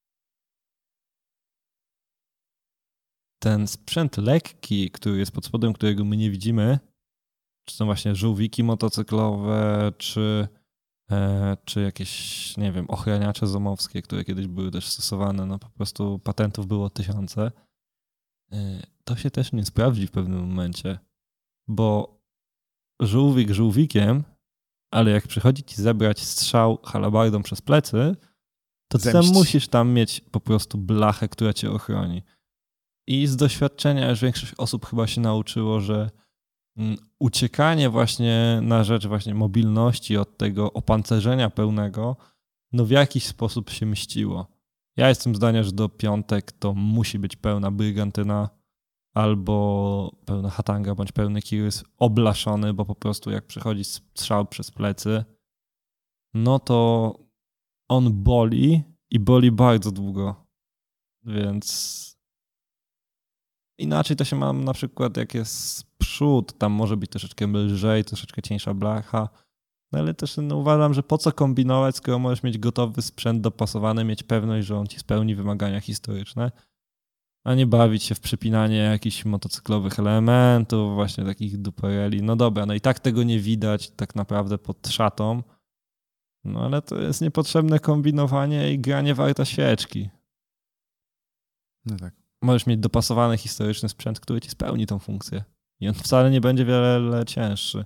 Ten sprzęt lekki, który jest pod spodem, którego my nie widzimy, czy są właśnie żółwiki motocyklowe, czy czy jakieś, nie wiem, ochraniacze zomowskie, które kiedyś były też stosowane, no po prostu patentów było tysiące, to się też nie sprawdzi w pewnym momencie, bo żółwik żółwikiem, ale jak przychodzi ci zebrać strzał halabardą przez plecy, to ty tam musisz mieć po prostu blachę, która cię ochroni. I z doświadczenia już większość osób chyba się nauczyło, że uciekanie właśnie na rzecz właśnie mobilności od tego opancerzenia pełnego, no w jakiś sposób się mściło. Ja jestem zdania, że do piątek to musi być pełna brygantyna albo pełna hatanga, bądź pełny kirys oblaszony, bo po prostu jak przychodzi strzał przez plecy, no to on boli i boli bardzo długo. Więc inaczej to się mam na przykład jak jest przód, tam może być troszeczkę lżej, troszeczkę cieńsza blacha, no ale też uważam, że po co kombinować, skoro możesz mieć gotowy sprzęt dopasowany, mieć pewność, że on ci spełni wymagania historyczne, a nie bawić się w przypinanie jakichś motocyklowych elementów, właśnie takich dupereli. No dobra, no i tak tego nie widać tak naprawdę pod szatą, no ale to jest niepotrzebne kombinowanie i granie warta świeczki. No tak. Możesz mieć dopasowany historyczny sprzęt, który ci spełni tą funkcję. I on wcale nie będzie wiele cięższy.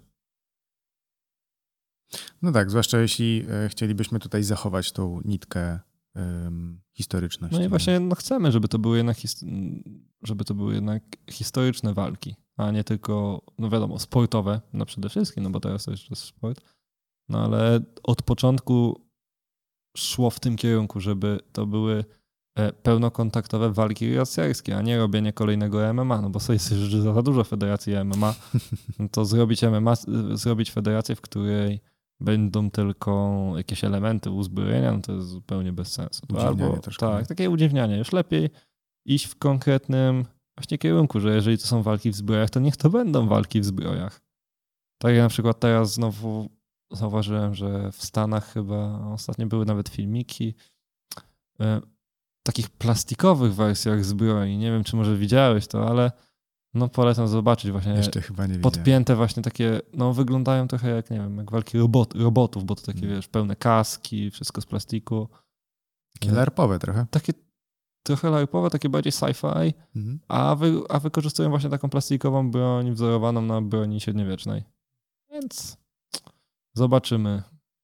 No tak, zwłaszcza jeśli chcielibyśmy tutaj zachować tą nitkę historyczności. No i właśnie chcemy, żeby to były jednak historyczne walki, a nie tylko, no wiadomo, sportowe, no przede wszystkim, no bo teraz to jest sport. No ale od początku szło w tym kierunku, żeby to były pełnokontaktowe walki racjarskie, a nie robienie kolejnego MMA, no bo sobie jest za dużo federacji MMA, no to zrobić federację, w której będą tylko jakieś elementy uzbrojenia, no to jest zupełnie bez sensu. Albo tak, takie udziwnianie. Już lepiej iść w konkretnym właśnie kierunku, że jeżeli to są walki w zbrojach, to niech to będą walki w zbrojach. Tak jak na przykład teraz znowu zauważyłem, że w Stanach chyba ostatnio były nawet filmiki takich plastikowych wersjach zbroi. Nie wiem, czy może widziałeś to, ale no polecam zobaczyć właśnie. Jeszcze chyba nie podpięte widziałem. właśnie takie, no wyglądają trochę jak, nie wiem, jak walki robotów, bo to takie, wiesz, pełne kaski, wszystko z plastiku. Takie larpowe trochę. Takie trochę larpowe, takie bardziej sci-fi, a wykorzystują właśnie taką plastikową broń wzorowaną na broni średniowiecznej. Więc zobaczymy.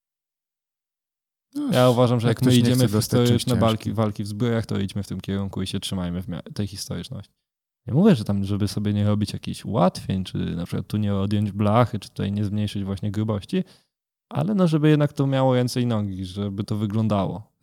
No, ja uważam, że jak my idziemy w historyczne walki w zbrojach, to idźmy w tym kierunku i się trzymajmy w tej historyczności. Nie mówię, że tam, żeby sobie nie robić jakichś ułatwień, czy na przykład tu nie odjąć blachy, czy tutaj nie zmniejszyć właśnie grubości, ale no, żeby jednak to miało ręce i nogi, żeby to wyglądało.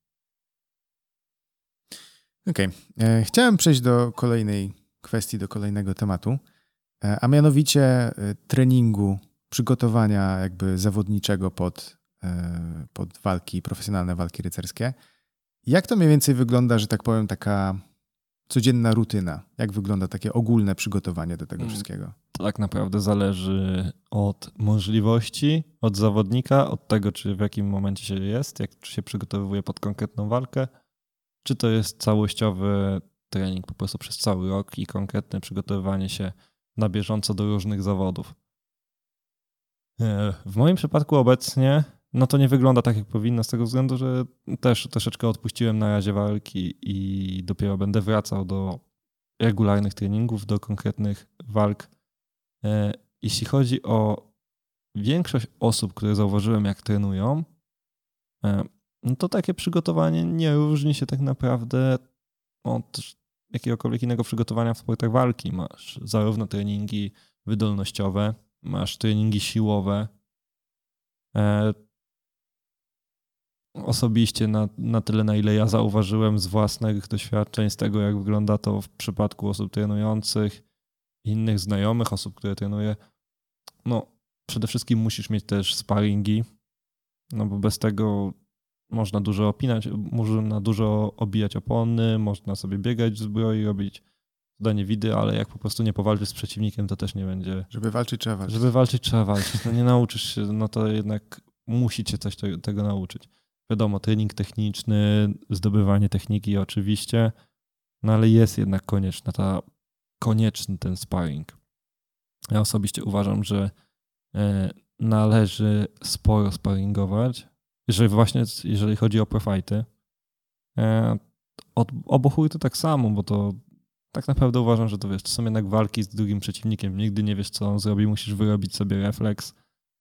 Okej. Chciałem przejść do kolejnej kwestii, do kolejnego tematu, a mianowicie treningu, przygotowania jakby zawodniczego pod walki, profesjonalne walki rycerskie. Jak to mniej więcej wygląda, że tak powiem, taka codzienna rutyna? Jak wygląda takie ogólne przygotowanie do tego wszystkiego? To tak naprawdę zależy od możliwości, od zawodnika, od tego, czy w jakim momencie się jest, czy się przygotowuje pod konkretną walkę, czy to jest całościowy trening po prostu przez cały rok i konkretne przygotowywanie się na bieżąco do różnych zawodów. W moim przypadku obecnie no to nie wygląda tak, jak powinno, z tego względu, że też troszeczkę odpuściłem na razie walki i dopiero będę wracał do regularnych treningów, do konkretnych walk. Jeśli chodzi o większość osób, które zauważyłem, jak trenują, no to takie przygotowanie nie różni się tak naprawdę od jakiegokolwiek innego przygotowania w sportach walki. Masz zarówno treningi wydolnościowe, masz treningi siłowe. Osobiście na tyle, na ile ja zauważyłem z własnych doświadczeń, z tego, jak wygląda to w przypadku osób trenujących, innych znajomych osób, które trenuję, no przede wszystkim musisz mieć też sparingi, no bo bez tego można dużo obijać opony, można sobie biegać w zbroi, robić danie widy, ale jak po prostu nie powalczysz z przeciwnikiem, to też nie będzie... Żeby walczyć, trzeba walczyć. Żeby walczyć, trzeba walczyć. No nie nauczysz się, no to jednak musi cię coś tego nauczyć. Wiadomo, trening techniczny, zdobywanie techniki oczywiście, no ale jest jednak konieczny ten sparring. Ja osobiście uważam, że należy sporo sparingować, jeżeli chodzi o profajty. Obu hurty tak samo, bo to tak naprawdę uważam, że to są jednak walki z drugim przeciwnikiem. Nigdy nie wiesz, co on zrobi, musisz wyrobić sobie refleks.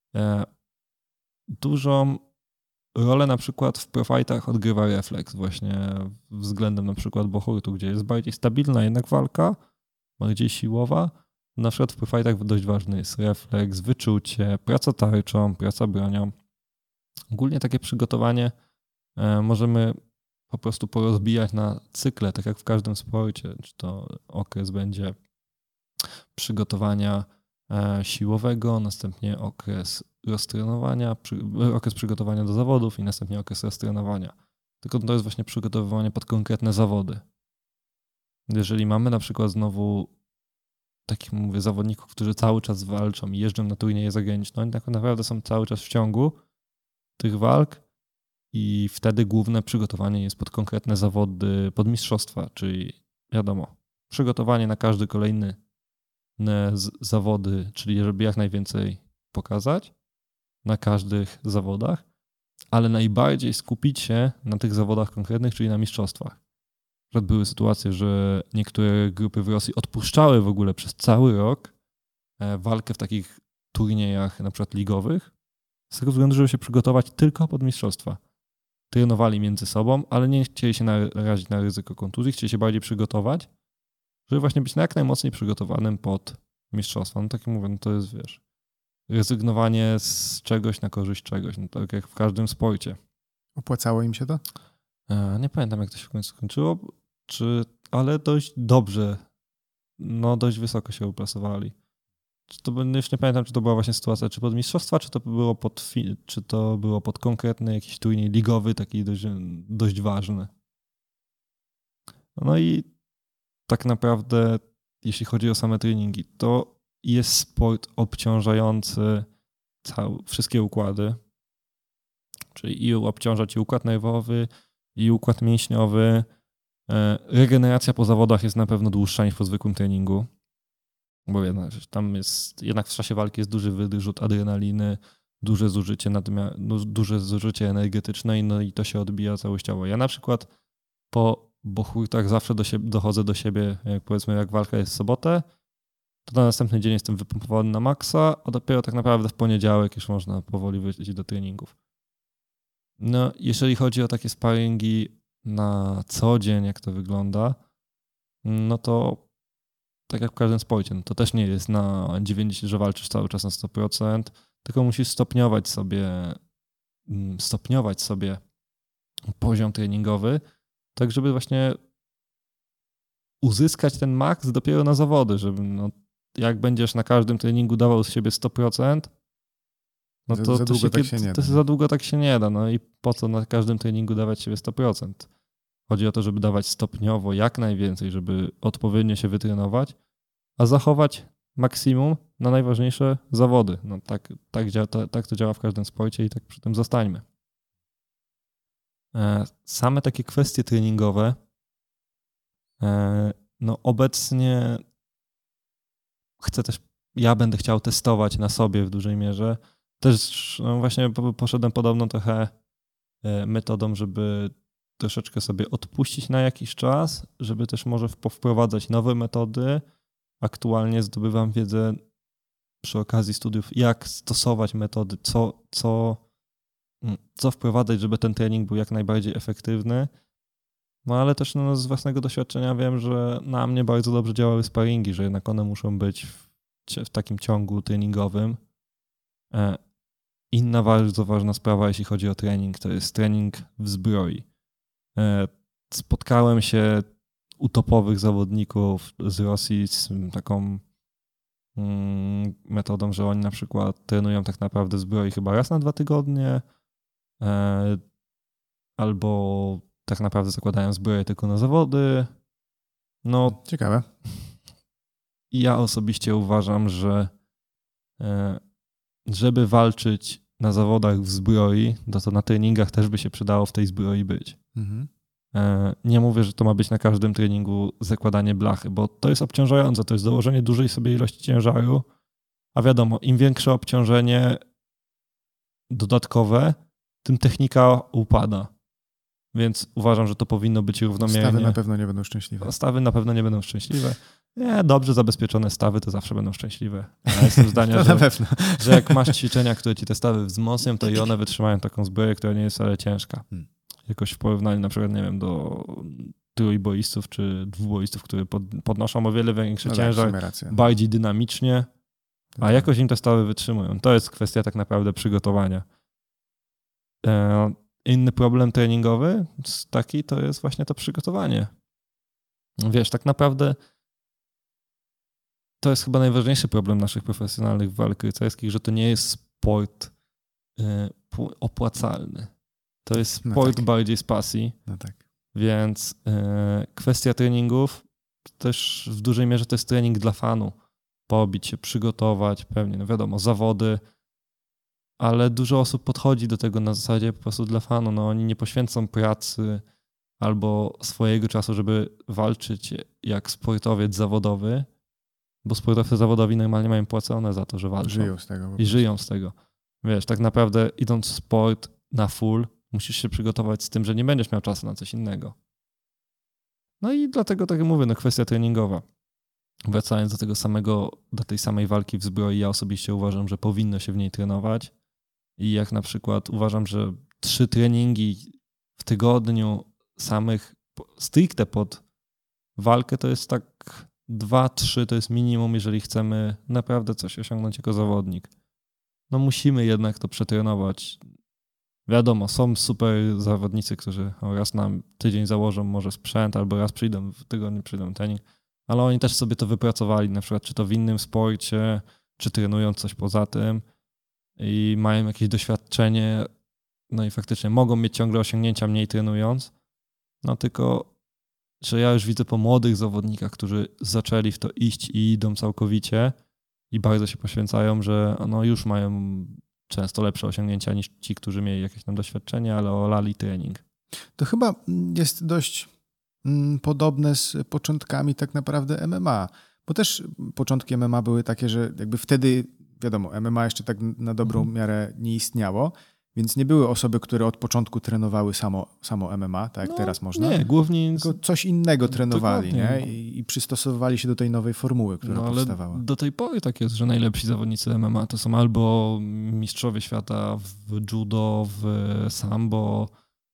Dużą rolę na przykład w profajtach odgrywa refleks właśnie względem na przykład bohurtu, gdzie jest bardziej stabilna jednak walka, bardziej siłowa. Na przykład w profajtach dość ważny jest refleks, wyczucie, praca tarczą, praca bronią. Ogólnie takie przygotowanie możemy po prostu porozbijać na cykle, tak jak w każdym sporcie. Czy to okres będzie przygotowania siłowego, następnie okres roztrenowania, okres przygotowania do zawodów i następnie okres roztrenowania. Tylko to jest właśnie przygotowywanie pod konkretne zawody. Jeżeli mamy na przykład znowu takich, mówię, zawodników, którzy cały czas walczą i jeżdżą na turnieje zagraniczne, oni tak naprawdę są cały czas w ciągu tych walk i wtedy główne przygotowanie jest pod konkretne zawody, pod mistrzostwa, czyli wiadomo, przygotowanie na każdy kolejny zawody, czyli żeby jak najwięcej pokazać na każdych zawodach, ale najbardziej skupić się na tych zawodach konkretnych, czyli na mistrzostwach. Były sytuacje, że niektóre grupy w Rosji odpuszczały w ogóle przez cały rok walkę w takich turniejach na przykład ligowych, z tego względu, żeby się przygotować tylko pod mistrzostwa. Trenowali między sobą, ale nie chcieli się narazić na ryzyko kontuzji, chcieli się bardziej przygotować, żeby właśnie być jak najmocniej przygotowanym pod mistrzostwa. No tak jak mówię, no to jest, rezygnowanie z czegoś na korzyść czegoś, no tak jak w każdym sporcie. Opłacało im się to? Nie pamiętam, jak to się w końcu skończyło, ale dość dobrze, dość wysoko się uplasowali. Już nie pamiętam, czy to była właśnie sytuacja, czy pod mistrzostwa, czy to było pod konkretny jakiś turniej ligowy, taki dość ważny. No i tak naprawdę, jeśli chodzi o same treningi, to jest sport obciążający wszystkie układy, czyli i obciąża ci układ nerwowy, i układ mięśniowy. Regeneracja po zawodach jest na pewno dłuższa niż po zwykłym treningu, bo tam jest, jednak w czasie walki jest duży wyrzut adrenaliny, duże zużycie energetyczne i to się odbija całościowo. Ja na przykład po bohurtach zawsze dochodzę do siebie, jak walka jest w sobotę, to na następny dzień jestem wypompowany na maksa, a dopiero tak naprawdę w poniedziałek już można powoli wrócić do treningów. No, jeżeli chodzi o takie sparingi na co dzień, jak to wygląda, no to tak jak w każdym sporcie, no to też nie jest na 90, że walczysz cały czas na 100%, tylko musisz stopniować sobie poziom treningowy, tak żeby właśnie uzyskać ten maks dopiero na zawody, żeby jak będziesz na każdym treningu dawał z siebie 100%, no to za długo tak się nie da. No i po co na każdym treningu dawać siebie 100%? Chodzi o to, żeby dawać stopniowo jak najwięcej, żeby odpowiednio się wytrenować, a zachować maksimum na najważniejsze zawody. No tak to działa w każdym sporcie i tak przy tym zostańmy. Same takie kwestie treningowe, obecnie ja będę chciał testować na sobie w dużej mierze. Też właśnie poszedłem podobną trochę metodą, żeby troszeczkę sobie odpuścić na jakiś czas, żeby też może wprowadzać nowe metody. Aktualnie zdobywam wiedzę przy okazji studiów, jak stosować metody, co wprowadzać, żeby ten trening był jak najbardziej efektywny. No ale też z własnego doświadczenia wiem, że na mnie bardzo dobrze działały sparingi, że jednak one muszą być w takim ciągu treningowym. Inna bardzo ważna sprawa, jeśli chodzi o trening, to jest trening w zbroi. Spotkałem się u topowych zawodników z Rosji z taką metodą, że oni na przykład trenują tak naprawdę w zbroi chyba raz na 2 tygodnie, albo tak naprawdę zakładają zbroję tylko na zawody. No, ciekawe. Ja osobiście uważam, że żeby walczyć na zawodach w zbroi, to na treningach też by się przydało w tej zbroi być. Mhm. Nie mówię, że to ma być na każdym treningu zakładanie blachy, bo to jest obciążające, to jest dołożenie dużej sobie ilości ciężaru, a wiadomo, im większe obciążenie, dodatkowe, tym technika upada. Więc uważam, że to powinno być równomiernie. Stawy na pewno nie będą szczęśliwe. Stawy na pewno nie będą szczęśliwe. Nie, dobrze zabezpieczone stawy to zawsze będą szczęśliwe. Ja jestem zdania, że jak masz ćwiczenia, które ci te stawy wzmocnią, to i one wytrzymają taką zbroję, która nie jest wcale ciężka. Jakoś w porównaniu na przykład, nie wiem, do trójboistów czy dwuboistów, które podnoszą o wiele większy ciężar, bardziej dynamicznie, a jakoś im te stawy wytrzymują. To jest kwestia tak naprawdę przygotowania. Inny problem treningowy taki to jest właśnie to przygotowanie. Wiesz, tak naprawdę to jest chyba najważniejszy problem naszych profesjonalnych walk rycerskich, że to nie jest sport opłacalny. To jest sport bardziej z pasji. No tak. Więc kwestia treningów też w dużej mierze to jest trening dla fanu. Pobić się, przygotować, pewnie, no wiadomo, zawody, ale dużo osób podchodzi do tego na zasadzie po prostu dla fanu. No oni nie poświęcą pracy albo swojego czasu, żeby walczyć jak sportowiec zawodowy, bo sportowcy zawodowi normalnie mają płacone za to, że walczą. Żyją z tego. I żyją z tego. Wiesz, tak naprawdę idąc w sport na full, musisz się przygotować z tym, że nie będziesz miał czasu na coś innego. No i dlatego tak jak mówię, no kwestia treningowa. Wracając do tej samej walki w zbroi, ja osobiście uważam, że powinno się w niej trenować. I jak na przykład uważam, że 3 treningi w tygodniu samych stricte pod walkę to jest tak 2-3 to jest minimum, jeżeli chcemy naprawdę coś osiągnąć jako zawodnik. No musimy jednak to przetrenować. Wiadomo, są super zawodnicy, którzy raz na tydzień założą może sprzęt, albo raz przyjdą w tygodniu, przyjdą trening, ale oni też sobie to wypracowali, na przykład czy to w innym sporcie, czy trenując coś poza tym i mają jakieś doświadczenie, no i faktycznie mogą mieć ciągle osiągnięcia mniej trenując, no tylko, że ja już widzę po młodych zawodnikach, którzy zaczęli w to iść i idą całkowicie i bardzo się poświęcają, że no już mają często lepsze osiągnięcia niż ci, którzy mieli jakieś tam doświadczenie, ale olali trening. To chyba jest dość podobne z początkami tak naprawdę MMA, bo też początki MMA były takie, że jakby wtedy, wiadomo, MMA jeszcze tak na dobrą miarę nie istniało, więc nie były osoby, które od początku trenowały samo MMA, tak jak teraz można. Nie, głównie tylko coś innego trenowali, nie? I przystosowywali się do tej nowej formuły, która powstawała. Ale do tej pory tak jest, że najlepsi zawodnicy MMA to są albo mistrzowie świata w judo, w sambo,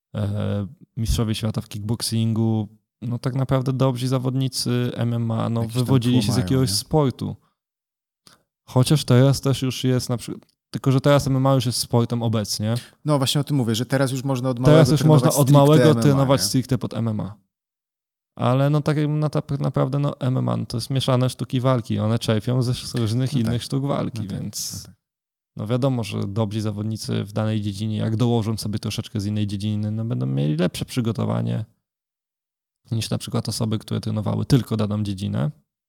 mistrzowie świata w kickboxingu. No tak naprawdę dobrzy zawodnicy MMA wywodzili się z jakiegoś sportu. Chociaż teraz też już jest na przykład... Tylko że teraz MMA już jest sportem obecnie. No właśnie o tym mówię, że teraz już można od małego trenować stricte pod MMA. Ale no tak naprawdę MMA to jest mieszane sztuki walki. One czerpią ze różnych innych sztuk walki, więc no wiadomo, że dobrzy zawodnicy w danej dziedzinie, jak dołożą sobie troszeczkę z innej dziedziny, no będą mieli lepsze przygotowanie niż na przykład osoby, które trenowały tylko daną dziedzinę.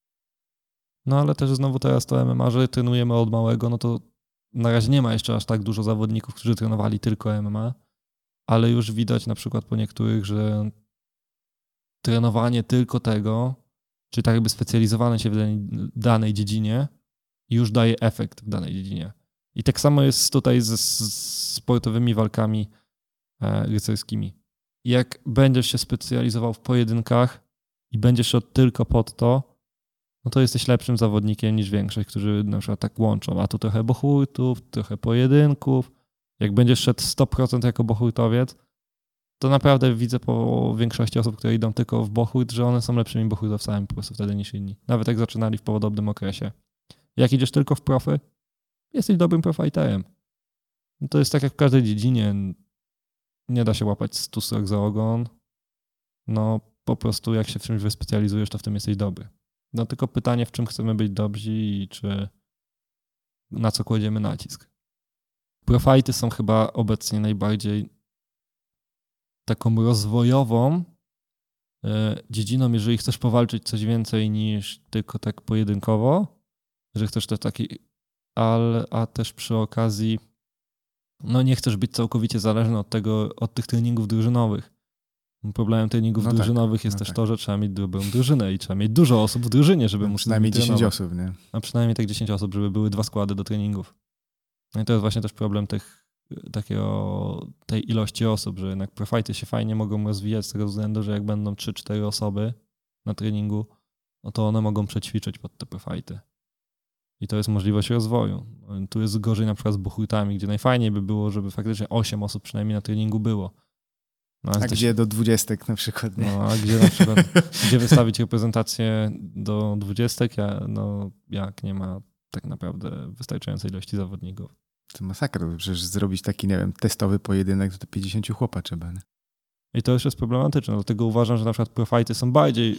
No ale też znowu teraz to MMA, że trenujemy od małego, no to na razie nie ma jeszcze aż tak dużo zawodników, którzy trenowali tylko MMA, ale już widać na przykład po niektórych, że trenowanie tylko tego, czyli tak jakby specjalizowane się w danej dziedzinie już daje efekt w danej dziedzinie. I tak samo jest tutaj ze sportowymi walkami rycerskimi. Jak będziesz się specjalizował w pojedynkach i będziesz szedł tylko pod to, no to jesteś lepszym zawodnikiem niż większość, którzy na przykład tak łączą. A tu trochę bohurtów, trochę pojedynków. Jak będziesz szedł 100% jako bohurtowiec, to naprawdę widzę po większości osób, które idą tylko w bohurt, że one są lepszymi bohurtowcami po prostu wtedy niż inni. Nawet jak zaczynali w podobnym okresie. Jak idziesz tylko w profy, jesteś dobrym profighterem. No to jest tak jak w każdej dziedzinie. Nie da się łapać 100 srok za ogon. No po prostu jak się w czymś wyspecjalizujesz, to w tym jesteś dobry. No tylko pytanie, w czym chcemy być dobrzy i czy na co kładziemy nacisk. Profighty są chyba obecnie najbardziej taką rozwojową dziedziną, jeżeli chcesz powalczyć coś więcej niż tylko tak pojedynkowo, że chcesz też taki, a też przy okazji no nie chcesz być całkowicie zależny od tych treningów drużynowych. Problemem treningów drużynowych jest też to, że trzeba mieć dobrą drużynę i trzeba mieć dużo osób w drużynie, żeby móc przynajmniej 10 osób, nie? A przynajmniej tak 10 osób, żeby były 2 składy do treningów. No i to jest właśnie też problem tych tej ilości osób, że jednak profighty się fajnie mogą rozwijać z tego względu, że jak będą 3-4 osoby na treningu, no to one mogą przećwiczyć pod te profighty. I to jest możliwość rozwoju. Tu jest gorzej na przykład z buchurtami, gdzie najfajniej by było, żeby faktycznie 8 osób przynajmniej na treningu było. No, a gdzie do 20 na przykład? Nie? No, a gdzie na przykład, gdzie wystawić reprezentację do 20, jak nie ma tak naprawdę wystarczającej ilości zawodników. To masakra, to przecież zrobić taki, nie wiem, testowy pojedynek, to 50 chłopa trzeba. Nie? I to już jest problematyczne, dlatego uważam, że na przykład profighty są bardziej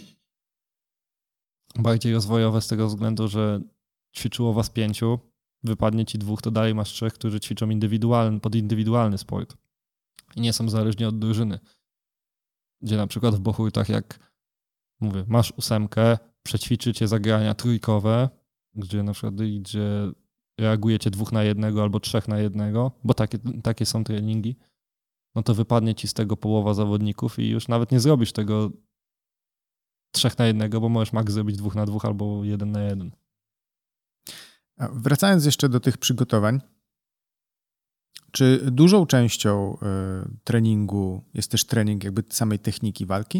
rozwojowe z tego względu, że ćwiczyło was 5, wypadnie ci 2, to dalej masz 3, którzy ćwiczą pod indywidualny sport i nie są zależni od drużyny. Gdzie na przykład w bohurtach, jak mówię, masz 8, przećwiczycie zagrania trójkowe, gdzie na przykład reagujecie 2 na 1 albo 3 na 1, bo takie są treningi, no to wypadnie ci z tego połowa zawodników i już nawet nie zrobisz tego 3 na 1, bo możesz max zrobić 2 na 2 albo 1 na 1. A wracając jeszcze do tych przygotowań, czy dużą częścią treningu jest też trening jakby samej techniki walki?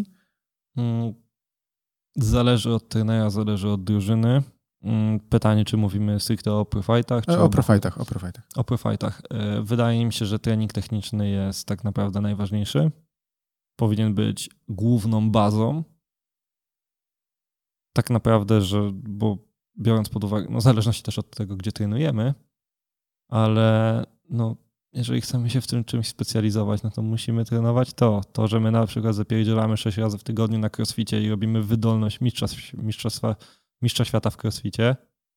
Zależy od trenera, zależy od drużyny. Pytanie, czy mówimy stricte o profightach? O profightach. O profightach. Wydaje mi się, że trening techniczny jest tak naprawdę najważniejszy. Powinien być główną bazą. Tak naprawdę, bo biorąc pod uwagę, w zależności też od tego, gdzie trenujemy, ale jeżeli chcemy się w tym czymś specjalizować, no to musimy trenować to, że my na przykład zapierdzielamy 6 razy w tygodniu na crossficie i robimy wydolność mistrza świata w crossficie,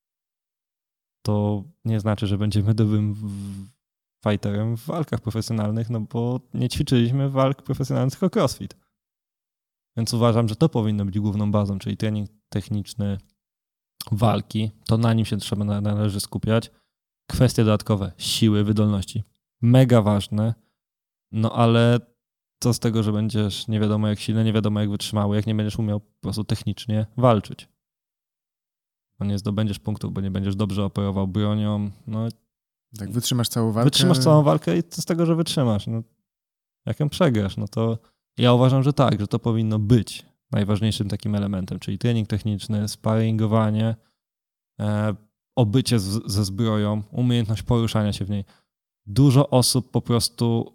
to nie znaczy, że będziemy dobrym fighterem w walkach profesjonalnych, no bo nie ćwiczyliśmy walk profesjonalnych, tylko crossfit. Więc uważam, że to powinno być główną bazą, czyli trening techniczny walki, to na nim się należy skupiać. Kwestie dodatkowe, siły, wydolności, mega ważne, ale co z tego, że będziesz nie wiadomo jak silny, nie wiadomo jak wytrzymały, jak nie będziesz umiał po prostu technicznie walczyć. Nie zdobędziesz punktów, bo nie będziesz dobrze operował bronią. Tak, wytrzymasz całą walkę. Wytrzymasz całą walkę i co z tego, że wytrzymasz? Jak ją przegrasz, to ja uważam, że tak, że to powinno być najważniejszym takim elementem, czyli trening techniczny, sparingowanie, obycie ze zbroją, umiejętność poruszania się w niej. Dużo osób po prostu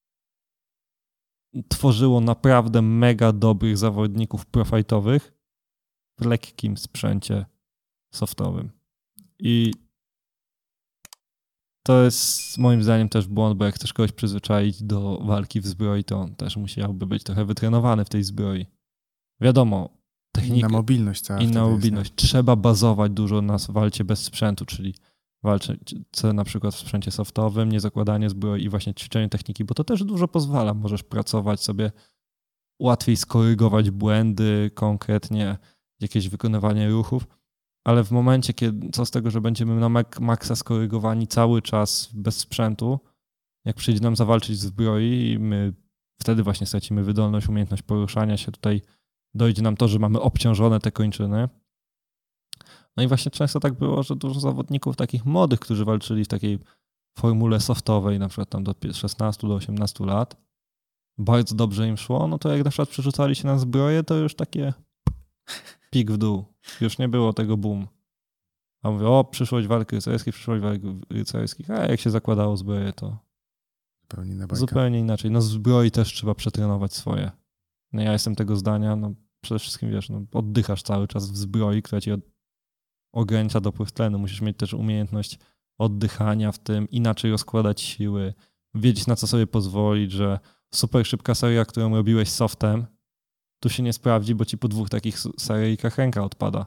tworzyło naprawdę mega dobrych zawodników profightowych w lekkim sprzęcie softowym. I to jest moim zdaniem też błąd, bo jak chcesz kogoś przyzwyczaić do walki w zbroi, to on też musiałby być trochę wytrenowany w tej zbroi. Wiadomo, technika. Inna mobilność cała. Inna mobilność. Jest, trzeba bazować dużo na walce bez sprzętu, czyli walczyć na przykład w sprzęcie softowym, nie zakładanie zbroi i właśnie ćwiczenie techniki, bo to też dużo pozwala. Możesz pracować sobie, łatwiej skorygować błędy, konkretnie jakieś wykonywanie ruchów, ale w momencie, kiedy co z tego, że będziemy na maksa skorygowani cały czas bez sprzętu, jak przyjdzie nam zawalczyć w zbroi i my wtedy właśnie stracimy wydolność, umiejętność poruszania się, tutaj dojdzie nam to, że mamy obciążone te kończyny. No i właśnie często tak było, że dużo zawodników takich młodych, którzy walczyli w takiej formule softowej, na przykład tam do 16 do 18 lat, bardzo dobrze im szło, no to jak na przykład przerzucali się na zbroję, to już takie pik w dół. Już nie było tego boom. A mówię, przyszłość walk rycerskich, a jak się zakładało zbroję, to zupełnie inaczej. No zbroi też trzeba przetrenować swoje. No ja jestem tego zdania, przede wszystkim wiesz, oddychasz cały czas w zbroi, która ci ogranicza dopływ tlenu. Musisz mieć też umiejętność oddychania w tym, inaczej rozkładać siły, wiedzieć na co sobie pozwolić, że super szybka seria, którą robiłeś softem, tu się nie sprawdzi, bo ci po 2 takich seryjkach ręka odpada.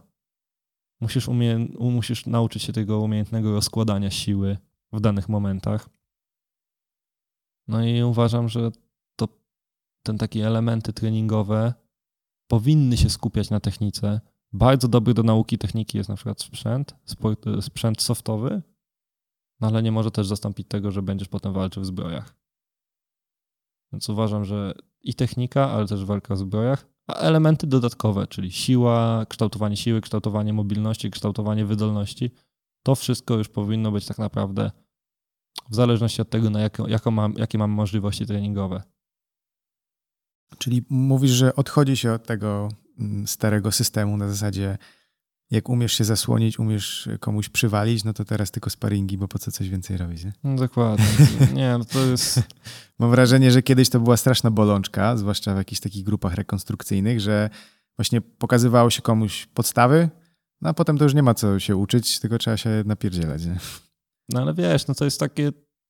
Musisz nauczyć się tego umiejętnego rozkładania siły w danych momentach. No i uważam, że ten takie elementy treningowe powinny się skupiać na technice. Bardzo dobry do nauki techniki jest na przykład sprzęt softowy, ale nie może też zastąpić tego, że będziesz potem walczył w zbrojach. Więc uważam, że i technika, ale też walka w zbrojach, a elementy dodatkowe, czyli siła, kształtowanie siły, kształtowanie mobilności, kształtowanie wydolności, to wszystko już powinno być tak naprawdę w zależności od tego, jakie mam możliwości treningowe. Czyli mówisz, że odchodzi się od tego starego systemu na zasadzie jak umiesz się zasłonić, umiesz komuś przywalić, no to teraz tylko sparingi, bo po co coś więcej robić, nie? No dokładnie. Nie, no to jest... Mam wrażenie, że kiedyś to była straszna bolączka, zwłaszcza w jakichś takich grupach rekonstrukcyjnych, że właśnie pokazywało się komuś podstawy, no a potem to już nie ma co się uczyć, tylko trzeba się napierdzielać, nie? No ale wiesz, no to jest takie...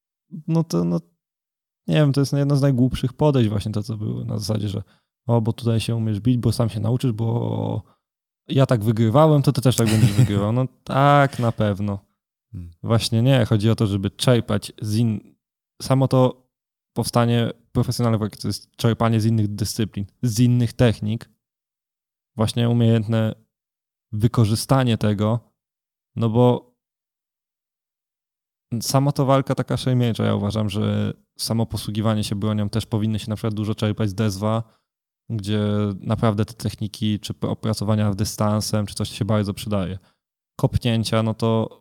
Nie wiem, to jest jedno z najgłupszych podejść właśnie to, co było na zasadzie, że bo tutaj się umiesz bić, bo sam się nauczysz, bo ja tak wygrywałem, to ty też tak będziesz wygrywał. No tak, na pewno. Właśnie nie, chodzi o to, żeby czerpać samo to powstanie profesjonalnej walki, to jest czerpanie z innych dyscyplin, z innych technik, właśnie umiejętne wykorzystanie tego, no bo samo to walka taka szejmiecza, ja uważam, że samo posługiwanie się bronią też powinno się na przykład dużo czerpać z DESWA, gdzie naprawdę te techniki, czy opracowania dystansem, czy coś się bardzo przydaje. Kopnięcia, no to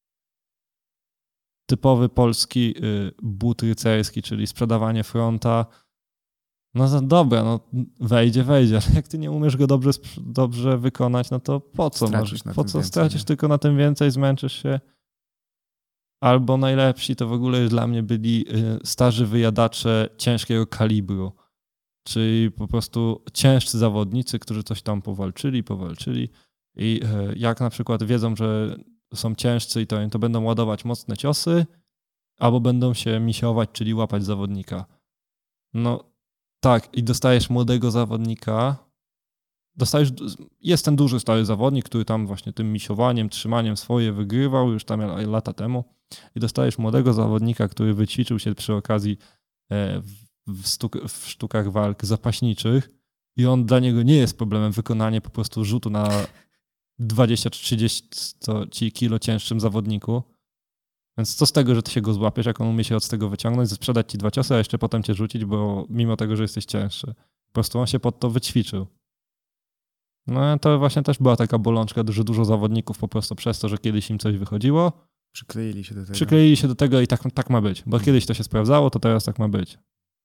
typowy polski but rycerski, czyli sprzedawanie fronta. No dobra, no wejdzie, ale jak ty nie umiesz go dobrze wykonać, no to po co? Stracisz tylko na tym więcej, zmęczysz się. Albo najlepsi to w ogóle dla mnie byli starzy wyjadacze ciężkiego kalibru, czyli po prostu ciężcy zawodnicy, którzy coś tam powalczyli i jak na przykład wiedzą, że są ciężcy i to będą ładować mocne ciosy, albo będą się misiować, czyli łapać zawodnika. No tak, i dostajesz młodego zawodnika, jest ten duży stary zawodnik, który tam właśnie tym misiowaniem, trzymaniem swoje wygrywał już tam lata temu i dostajesz młodego zawodnika, który wyćwiczył się przy okazji w sztukach walk zapaśniczych i dla niego nie jest problemem wykonanie po prostu rzutu na 20 czy 30 kilo cięższym zawodniku. Więc co z tego, że ty się go złapiesz, jak on umie się od tego wyciągnąć, sprzedać ci 2 ciosy, a jeszcze potem cię rzucić, bo mimo tego, że jesteś cięższy. Po prostu on się pod to wyćwiczył. No to właśnie też była taka bolączka, że dużo zawodników po prostu przez to, że kiedyś im coś wychodziło, przykleili się do tego i tak ma być. Bo kiedyś to się sprawdzało, to teraz tak ma być.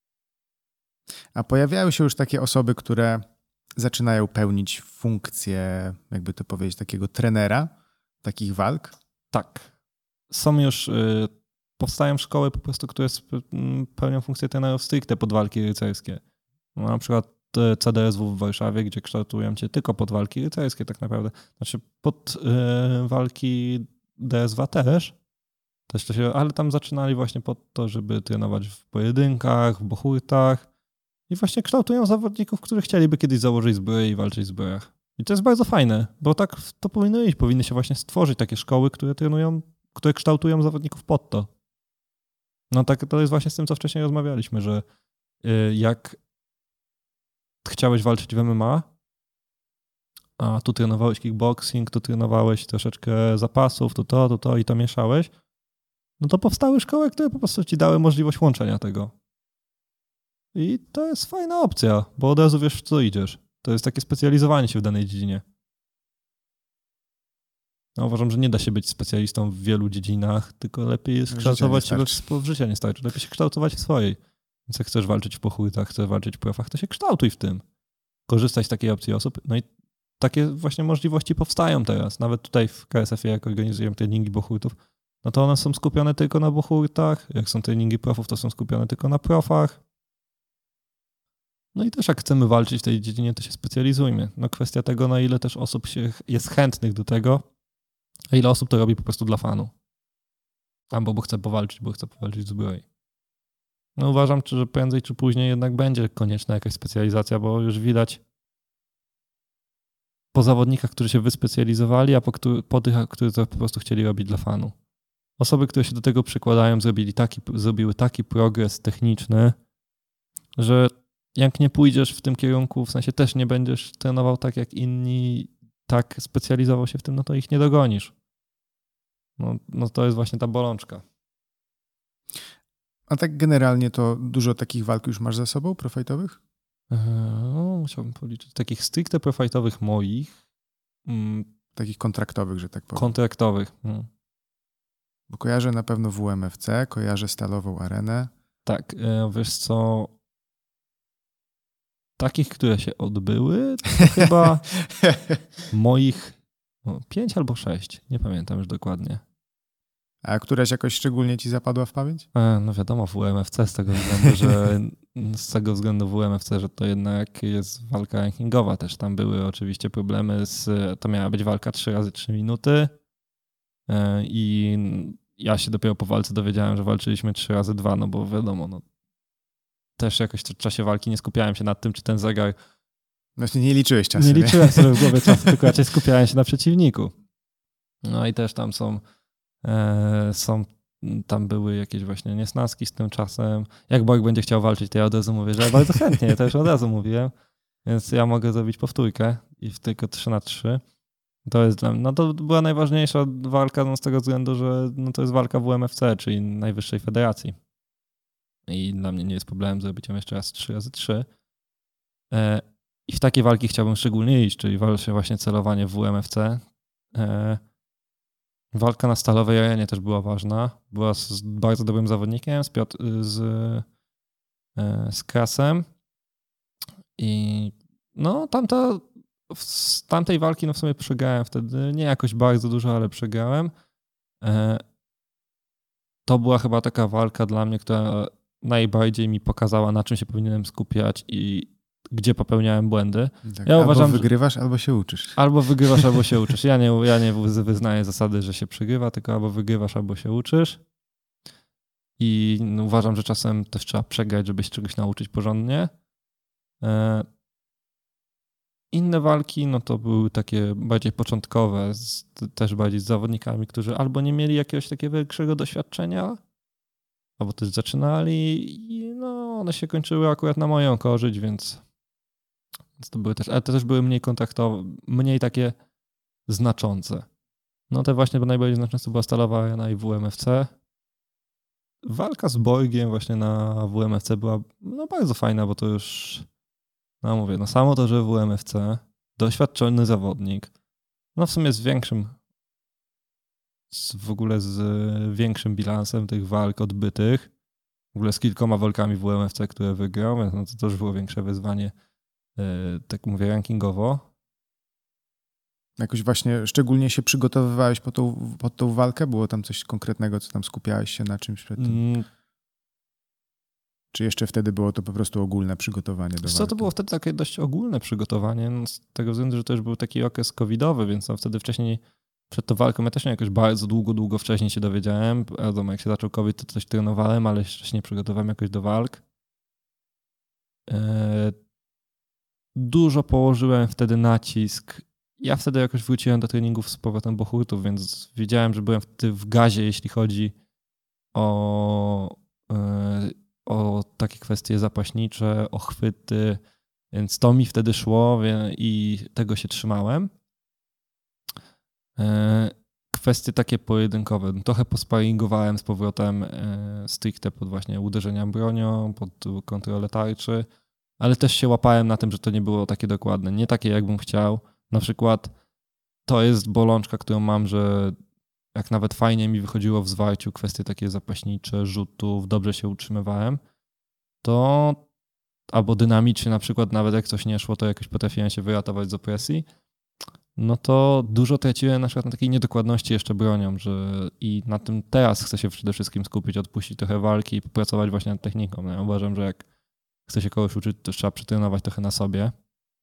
A pojawiały się już takie osoby, które zaczynają pełnić funkcję, jakby to powiedzieć, takiego trenera takich walk? Tak. Są już, powstają szkoły po prostu, które pełnią funkcję trenerów stricte pod walki rycerskie. No, na przykład CDSW w Warszawie, gdzie kształtują cię tylko pod walki rycerskie tak naprawdę. Znaczy pod walki DSW też to się, ale tam zaczynali właśnie pod to, żeby trenować w pojedynkach, w bohurtach i właśnie kształtują zawodników, którzy chcieliby kiedyś założyć zbroję i walczyć w zbrojach. I to jest bardzo fajne, bo tak to powinno iść. Powinny się właśnie stworzyć takie szkoły, które kształtują zawodników pod to. No tak, to jest właśnie z tym, co wcześniej rozmawialiśmy, że jak chciałeś walczyć w MMA, a tu trenowałeś kickboxing, tu trenowałeś troszeczkę zapasów, to i to mieszałeś, no to powstały szkoły, które po prostu ci dały możliwość łączenia tego. I to jest fajna opcja, bo od razu wiesz, w co idziesz. To jest takie specjalizowanie się w danej dziedzinie. No, uważam, że nie da się być specjalistą w wielu dziedzinach, tylko lepiej jest kształtować się w życiu nie starczy. Lepiej się kształtować w swojej. Więc jak chcesz walczyć w pochójtach, chcesz walczyć w profach, to się kształtuj w tym. Korzystaj z takiej opcji osób. No i takie właśnie możliwości powstają teraz. Nawet tutaj w KSF-ie, jak organizujemy treningi bohurtów, no to one są skupione tylko na bohurtach. Jak są treningi profów, to są skupione tylko na profach. No i też jak chcemy walczyć w tej dziedzinie, to się specjalizujmy. No kwestia tego, na ile też osób jest chętnych do tego, a ile osób to robi po prostu dla fanu. Albo bo chce powalczyć w zbroi. No uważam, że prędzej czy później jednak będzie konieczna jakaś specjalizacja, bo już widać po zawodnikach, którzy się wyspecjalizowali, a po tych, którzy to po prostu chcieli robić dla fanu. Osoby, które się do tego przykładają, zrobiły taki progres techniczny, że jak nie pójdziesz w tym kierunku, w sensie też nie będziesz trenował tak jak inni, tak specjalizował się w tym, no to ich nie dogonisz. No to jest właśnie ta bolączka. A tak generalnie to dużo takich walk już masz za sobą, profajtowych? Musiałbym policzyć. Takich stricte profajtowych moich. Takich kontraktowych, że tak powiem. Kontraktowych. Bo kojarzę na pewno WMFC, kojarzę Stalową Arenę. Tak, wiesz co, takich, które się odbyły, to chyba moich 5 albo 6, nie pamiętam już dokładnie. A któraś jakoś szczególnie ci zapadła w pamięć? No wiadomo, WMFC z tego względu WMFC, że to jednak jest walka rankingowa też. Tam były oczywiście problemy to miała być walka 3x3 minuty i ja się dopiero po walce dowiedziałem, że walczyliśmy 3x2, no bo wiadomo, no też jakoś w czasie walki nie skupiałem się nad tym, czy ten zegar... Właśnie nie liczyłeś czasu. Nie liczyłem sobie w głowie czasu, tylko raczej skupiałem się na przeciwniku. No i też tam tam były jakieś właśnie niesnaski z tym czasem. Jak Borg będzie chciał walczyć, to ja od razu mówię, że bardzo chętnie, ja też od razu mówiłem. Więc ja mogę zrobić powtórkę i tylko 3x3. To jest dla mnie, no to była najważniejsza walka z tego względu, że no to jest walka WMFC, czyli Najwyższej Federacji. I dla mnie nie jest problemem zrobić ją jeszcze raz 3x3. I w takie walki chciałbym szczególnie iść, czyli właśnie celowanie w WMFC. Walka na Stalowej Arenie też była ważna. Była z bardzo dobrym zawodnikiem, z Krasem. I no z tamtej walki no w sumie przegrałem wtedy. Nie jakoś bardzo dużo, ale przegrałem. To była chyba taka walka dla mnie, która najbardziej mi pokazała, na czym się powinienem skupiać i gdzie popełniałem błędy. Tak, ja albo uważam, wygrywasz, albo się uczysz. Albo wygrywasz, albo się uczysz. Ja nie wyznaję zasady, że się przegrywa, tylko albo wygrywasz, albo się uczysz. I uważam, że czasem też trzeba przegrać, żeby się czegoś nauczyć porządnie. Inne walki, no to były takie bardziej początkowe, też bardziej z zawodnikami, którzy albo nie mieli jakiegoś takiego większego doświadczenia, albo też zaczynali i no one się kończyły akurat na moją korzyść, więc to były też, ale to też były mniej kontaktowe, mniej takie znaczące. No te właśnie najbardziej znaczące była Stalowa Arena i WMFC. Walka z Borgiem właśnie na WMFC była no bardzo fajna, bo to już no mówię, no samo to, że WMFC, doświadczony zawodnik, no w sumie z większym bilansem tych walk odbytych, w ogóle z kilkoma walkami w WMFC, które wygrał, więc no to też było większe wyzwanie, tak mówię, rankingowo. Jakoś właśnie szczególnie się przygotowywałeś pod tą walkę? Było tam coś konkretnego, co tam skupiałeś się na czymś przed tym? Czy jeszcze wtedy było to po prostu ogólne przygotowanie do walki? To było wtedy takie dość ogólne przygotowanie, no z tego względu, że to już był taki okres covidowy, więc no wtedy wcześniej przed tą walką ja też nie jakoś bardzo długo wcześniej się dowiedziałem. Wiadomo, jak się zaczął COVID, to coś trenowałem, ale jeszcze się nie przygotowałem jakoś do walk. Dużo położyłem wtedy nacisk. Ja wtedy jakoś wróciłem do treningów z powrotem Bohurtów, więc wiedziałem, że byłem wtedy w gazie, jeśli chodzi o takie kwestie zapaśnicze, o chwyty, więc to mi wtedy szło i tego się trzymałem. Kwestie takie pojedynkowe. Trochę posparingowałem z powrotem stricte pod właśnie uderzenia bronią, pod kontrolę tarczy, ale też się łapałem na tym, że to nie było takie dokładne, nie takie jakbym chciał. Na przykład to jest bolączka, którą mam, że jak nawet fajnie mi wychodziło w zwarciu kwestie takie zapaśnicze, rzutów, dobrze się utrzymywałem, to albo dynamicznie na przykład nawet jak coś nie szło, to jakoś potrafiłem się wyratować z opresji, no to dużo traciłem na przykład na takiej niedokładności jeszcze bronią, i na tym teraz chcę się przede wszystkim skupić, odpuścić trochę walki i popracować właśnie nad techniką. Ja uważam, że jak chce się kogoś uczyć, to trzeba przetrenować trochę na sobie.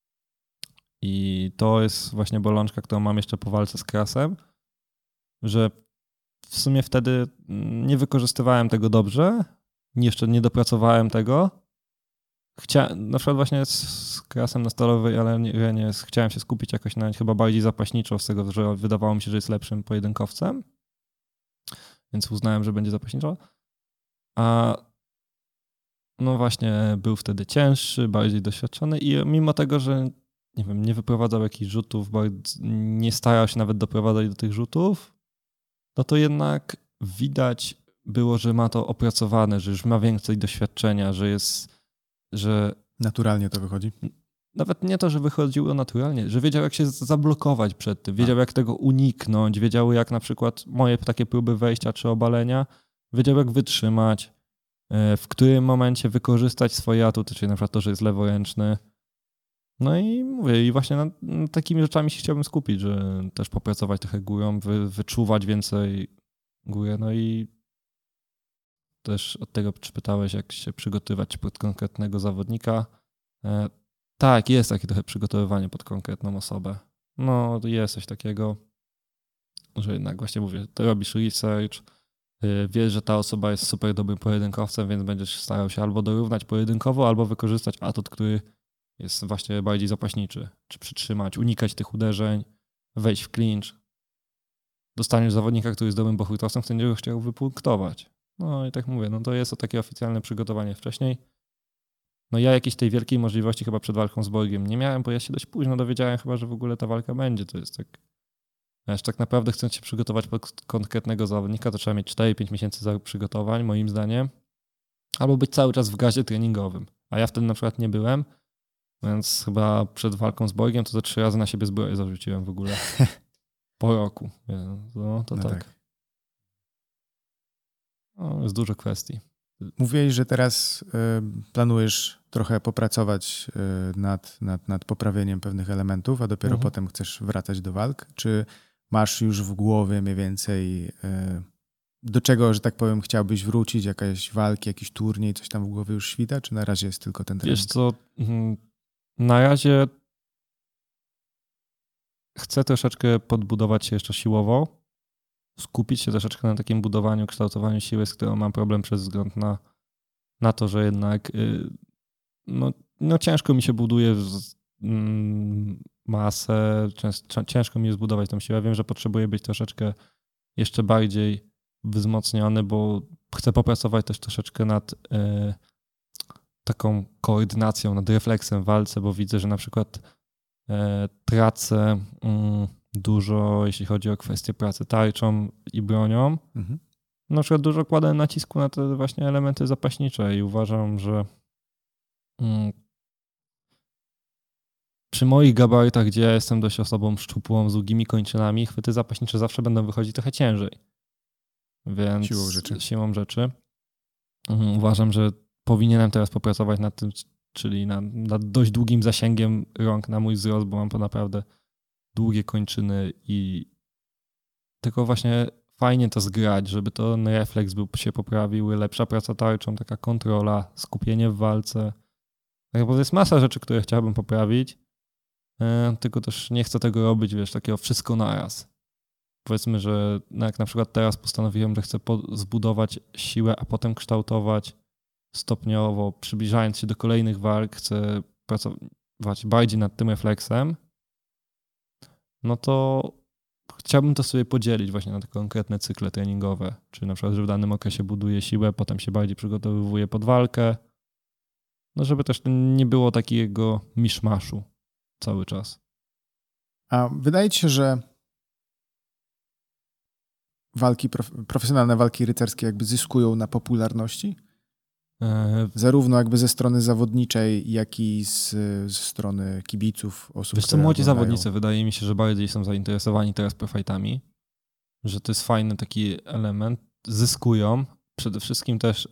I to jest właśnie bolączka, którą mam jeszcze po walce z Krasem, że w sumie wtedy nie wykorzystywałem tego dobrze, jeszcze nie dopracowałem tego. Na przykład właśnie z Krasem na Stalowej Arenie chciałem się skupić jakoś na chyba bardziej zapaśniczo, z tego, że wydawało mi się, że jest lepszym pojedynkowcem, więc uznałem, że będzie zapaśniczo. A no właśnie był wtedy cięższy, bardziej doświadczony i mimo tego, że nie wiem, nie wyprowadzał jakichś rzutów, nie starał się nawet doprowadzać do tych rzutów, no to jednak widać było, że ma to opracowane, że już ma więcej doświadczenia, że naturalnie to wychodzi? nawet nie to, że wychodziło naturalnie, że wiedział jak się zablokować przed tym, wiedział jak tego uniknąć, wiedział jak na przykład moje takie próby wejścia czy obalenia, wiedział jak wytrzymać, w którym momencie wykorzystać swoje atuty, czyli na przykład to, że jest leworęczny. No i mówię, i właśnie nad takimi rzeczami się chciałbym skupić, że też popracować trochę górą, wyczuwać więcej górę, no i też od tego, czy pytałeś, jak się przygotowywać pod konkretnego zawodnika. Tak, jest takie trochę przygotowywanie pod konkretną osobę. No, jest coś takiego, że jednak właśnie mówię, ty robisz research, wiesz, że ta osoba jest super dobrym pojedynkowcem, więc będziesz starał się albo dorównać pojedynkowo, albo wykorzystać atut, który jest właśnie bardziej zapaśniczy, czy przytrzymać, unikać tych uderzeń, wejść w clinch. Dostaniesz zawodnika, który jest dobrym bochwytowcem, który będzie go chciał wypunktować. No i tak mówię, no to jest to takie oficjalne przygotowanie wcześniej. No ja jakiejś tej wielkiej możliwości chyba przed walką z Borgiem nie miałem, bo ja się dość późno dowiedziałem chyba, że w ogóle ta walka będzie. To jest tak, wiesz, tak naprawdę chcąc się przygotować pod konkretnego zawodnika, to trzeba mieć 4-5 miesięcy przygotowań, moim zdaniem, albo być cały czas w gazie treningowym. A ja wtedy na przykład nie byłem, więc chyba przed walką z Borgiem to za 3 razy na siebie zbroję zarzuciłem w ogóle. Po roku. No to tak. No, jest dużo kwestii. Mówiłeś, że teraz planujesz trochę popracować nad poprawieniem pewnych elementów, a dopiero potem chcesz wracać do walk. Czy masz już w głowie mniej więcej do czego, że tak powiem, chciałbyś wrócić? Jakieś walki, jakiś turniej, coś tam w głowie już świta? Czy na razie jest tylko ten trening? Wiesz co, na razie chcę troszeczkę podbudować się jeszcze siłowo, skupić się troszeczkę na takim budowaniu, kształtowaniu siły, z którą mam problem przez wzgląd na to, że jednak no ciężko mi się buduje masę, ciężko mi jest budować tą siłę. Wiem, że potrzebuję być troszeczkę jeszcze bardziej wzmocniony, bo chcę popracować też troszeczkę nad taką koordynacją, nad refleksem w walce, bo widzę, że na przykład tracę dużo, jeśli chodzi o kwestię pracy tarczą i bronią. Na przykład dużo kładę nacisku na te właśnie elementy zapaśnicze i uważam, że przy moich gabarytach, gdzie ja jestem dość osobą szczupłą, z długimi kończynami, chwyty zapaśnicze zawsze będą wychodzić trochę ciężej. Więc siłą rzeczy. Uważam, że powinienem teraz popracować nad tym, czyli nad dość długim zasięgiem rąk na mój wzrost, bo mam to naprawdę długie kończyny i tylko właśnie fajnie to zgrać, żeby ten refleks się poprawił, lepsza praca tarczą, taka kontrola, skupienie w walce. Tak, bo to jest masa rzeczy, które chciałbym poprawić, tylko też nie chcę tego robić, wiesz, takiego wszystko naraz. Powiedzmy, że jak na przykład teraz postanowiłem, że chcę zbudować siłę, a potem kształtować stopniowo, przybliżając się do kolejnych walk, chcę pracować bardziej nad tym refleksem, no to chciałbym to sobie podzielić właśnie na te konkretne cykle treningowe. Czyli na przykład, że w danym okresie buduję siłę, potem się bardziej przygotowuję pod walkę. No żeby też nie było takiego miszmaszu cały czas. A wydaje ci się, że profesjonalne walki rycerskie jakby zyskują na popularności? Zarówno jakby ze strony zawodniczej, jak i ze strony kibiców, osób, wiesz co, młodzi zawodnicy wydaje mi się, że bardziej są zainteresowani teraz profightami, że to jest fajny taki element. Zyskują. Przede wszystkim też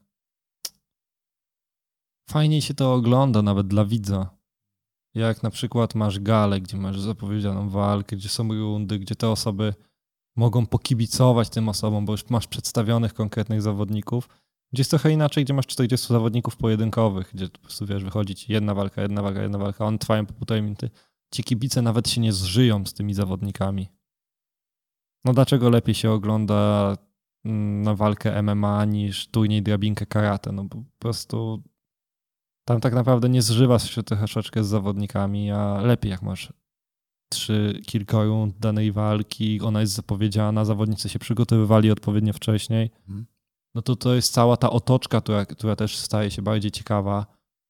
fajniej się to ogląda nawet dla widza. Jak na przykład masz galę, gdzie masz zapowiedzianą walkę, gdzie są rundy, gdzie te osoby mogą pokibicować tym osobom, bo już masz przedstawionych konkretnych zawodników. Gdzie jest trochę inaczej, gdzie masz 40 zawodników pojedynkowych, gdzie po prostu wiesz, wychodzi ci jedna walka, one trwają po 1,5 minuty. Ci kibice nawet się nie zżyją z tymi zawodnikami. No dlaczego lepiej się ogląda na walkę MMA niż turniej drabinkę karate? No po prostu tam tak naprawdę nie zżywasz się troszeczkę z zawodnikami, a lepiej jak masz kilka rund danej walki, ona jest zapowiedziana, zawodnicy się przygotowywali odpowiednio wcześniej. No to jest cała ta otoczka, która też staje się bardziej ciekawa.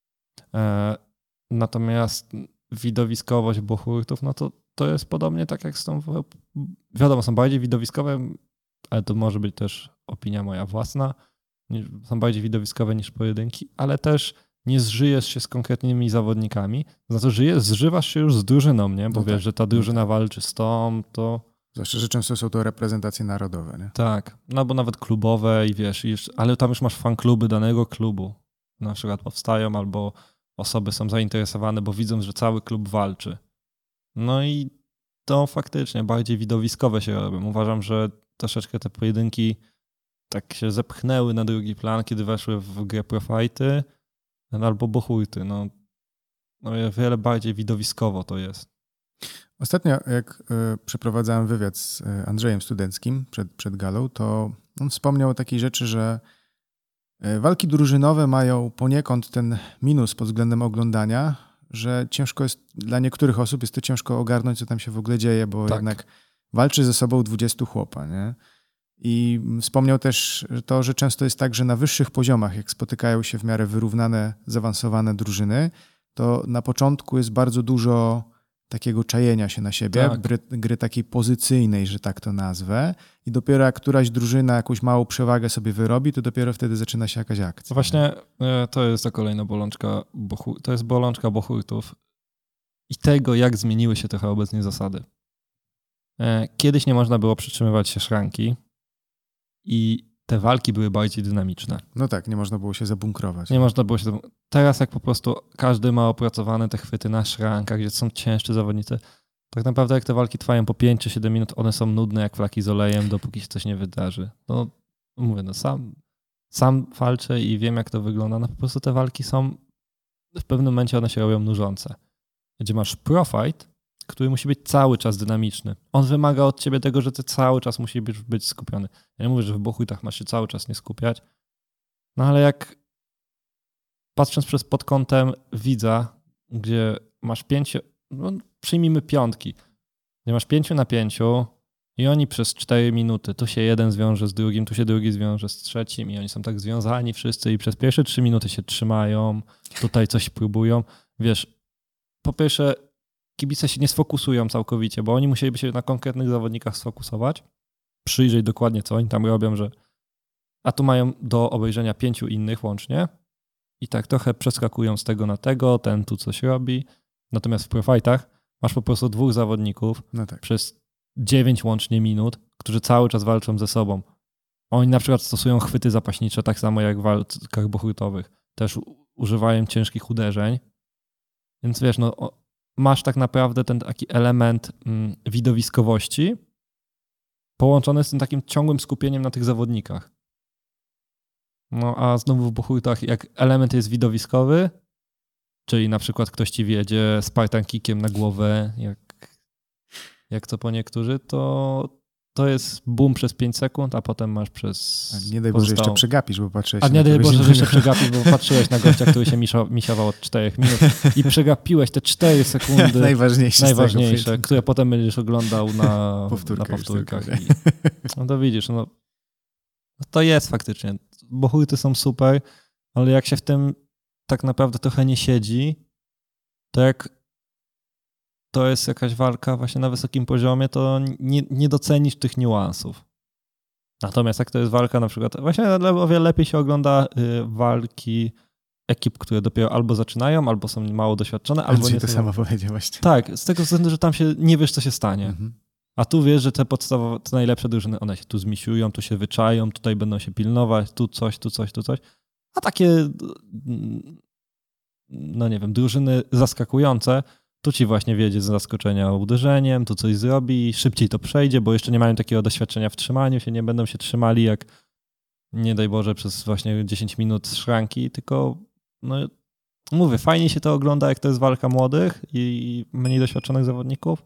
Natomiast widowiskowość bohurtów, no to jest podobnie tak jak z tą... Wiadomo, są bardziej widowiskowe, ale to może być też opinia moja własna. Są bardziej widowiskowe niż pojedynki, ale też nie zżyjesz się z konkretnymi zawodnikami, za to zżywasz się już z drużyną, nie? Bo wiesz, że ta drużyna walczy z tą, to... Zwłaszcza, że często są to reprezentacje narodowe, nie? Tak, no bo nawet klubowe i wiesz, ale tam już masz fan-kluby danego klubu. Na przykład powstają albo osoby są zainteresowane, bo widzą, że cały klub walczy. No i to faktycznie bardziej widowiskowe się robią. Uważam, że troszeczkę te pojedynki tak się zepchnęły na drugi plan, kiedy weszły w grę profajty albo bohurty. No wiele bardziej widowiskowo to jest. Ostatnio, jak przeprowadzałem wywiad z Andrzejem Studenckim przed galą, to on wspomniał o takiej rzeczy, że walki drużynowe mają poniekąd ten minus pod względem oglądania, że ciężko jest, dla niektórych osób jest to ciężko ogarnąć, co tam się w ogóle dzieje, bo jednak walczy ze sobą 20 chłopa, nie? I wspomniał też to, że często jest tak, że na wyższych poziomach, jak spotykają się w miarę wyrównane, zaawansowane drużyny, to na początku jest bardzo dużo takiego czajenia się na siebie, gry takiej pozycyjnej, że tak to nazwę, i dopiero jak któraś drużyna jakąś małą przewagę sobie wyrobi, to dopiero wtedy zaczyna się jakaś akcja. Właśnie to jest ta kolejna bolączka, to jest bolączka bohurtów i tego, jak zmieniły się trochę obecnie zasady. Kiedyś nie można było przytrzymywać się szranki i te walki były bardziej dynamiczne. No tak, nie można było się zabunkrować. Nie można było się... Teraz jak po prostu każdy ma opracowane te chwyty na szrankach, gdzie są cięższy zawodnicy, tak naprawdę jak te walki trwają po 5 czy 7 minut, one są nudne jak flaki z olejem, dopóki się coś nie wydarzy. No mówię, sam walczę i wiem, jak to wygląda. No po prostu te walki są... W pewnym momencie one się robią nużące. Gdzie masz profight, który musi być cały czas dynamiczny. On wymaga od ciebie tego, że ty cały czas musisz być skupiony. Ja nie mówię, że w bohurtach masz się cały czas nie skupiać, no ale jak patrząc pod kątem widza, gdzie masz 5, no przyjmijmy piątki, gdzie masz 5 na 5 i oni przez 4 minuty, tu się jeden zwiąże z drugim, tu się drugi zwiąże z trzecim i oni są tak związani wszyscy i przez pierwsze 3 minuty się trzymają, tutaj coś próbują. Wiesz, po pierwsze kibice się nie sfokusują całkowicie, bo oni musieliby się na konkretnych zawodnikach sfokusować, przyjrzeć dokładnie, co oni tam robią, a tu mają do obejrzenia 5 innych łącznie i tak trochę przeskakują z tego na tego, ten tu coś robi. Natomiast w profightach masz po prostu 2 zawodników przez 9 łącznie minut, którzy cały czas walczą ze sobą. Oni na przykład stosują chwyty zapaśnicze, tak samo jak w walkach bohurtowych. Też używają ciężkich uderzeń. Więc wiesz, masz tak naprawdę ten taki element widowiskowości połączony z tym takim ciągłym skupieniem na tych zawodnikach. No a znowu w bohurtach jak element jest widowiskowy, czyli na przykład ktoś ci wjedzie Spartan kickiem na głowę, jak to po niektórzy, to jest boom przez 5 sekund, a potem masz przez... A nie daj Boże, jeszcze przegapisz, bo patrzyłeś... A nie daj Boże, że jeszcze przegapisz, bo patrzyłeś na gościa, który się misiował od 4 minut i przegapiłeś te 4 sekundy najważniejsze, które potem będziesz oglądał na powtórkach. No to widzisz, to jest faktycznie. Bohurty są super, ale jak się w tym tak naprawdę trochę nie siedzi, to jak to jest jakaś walka właśnie na wysokim poziomie, to nie docenisz tych niuansów. Natomiast jak to jest walka na przykład, właśnie o wiele lepiej się ogląda walki ekip, które dopiero albo zaczynają, albo są mało doświadczone, albo nie to samo powiedział właśnie. Tak, z tego względu, że tam się nie wiesz, co się stanie. Mhm. A tu wiesz, że te podstawowe, te najlepsze drużyny, one się tu zmisiują, tu się wyczają, tutaj będą się pilnować, tu coś. A takie, no nie wiem, drużyny zaskakujące, tu ci właśnie wjedzie z zaskoczenia uderzeniem, tu coś zrobi, szybciej to przejdzie, bo jeszcze nie mają takiego doświadczenia w trzymaniu się, nie będą się trzymali jak, nie daj Boże, przez właśnie 10 minut szranki, tylko mówię, fajnie się to ogląda, jak to jest walka młodych i mniej doświadczonych zawodników.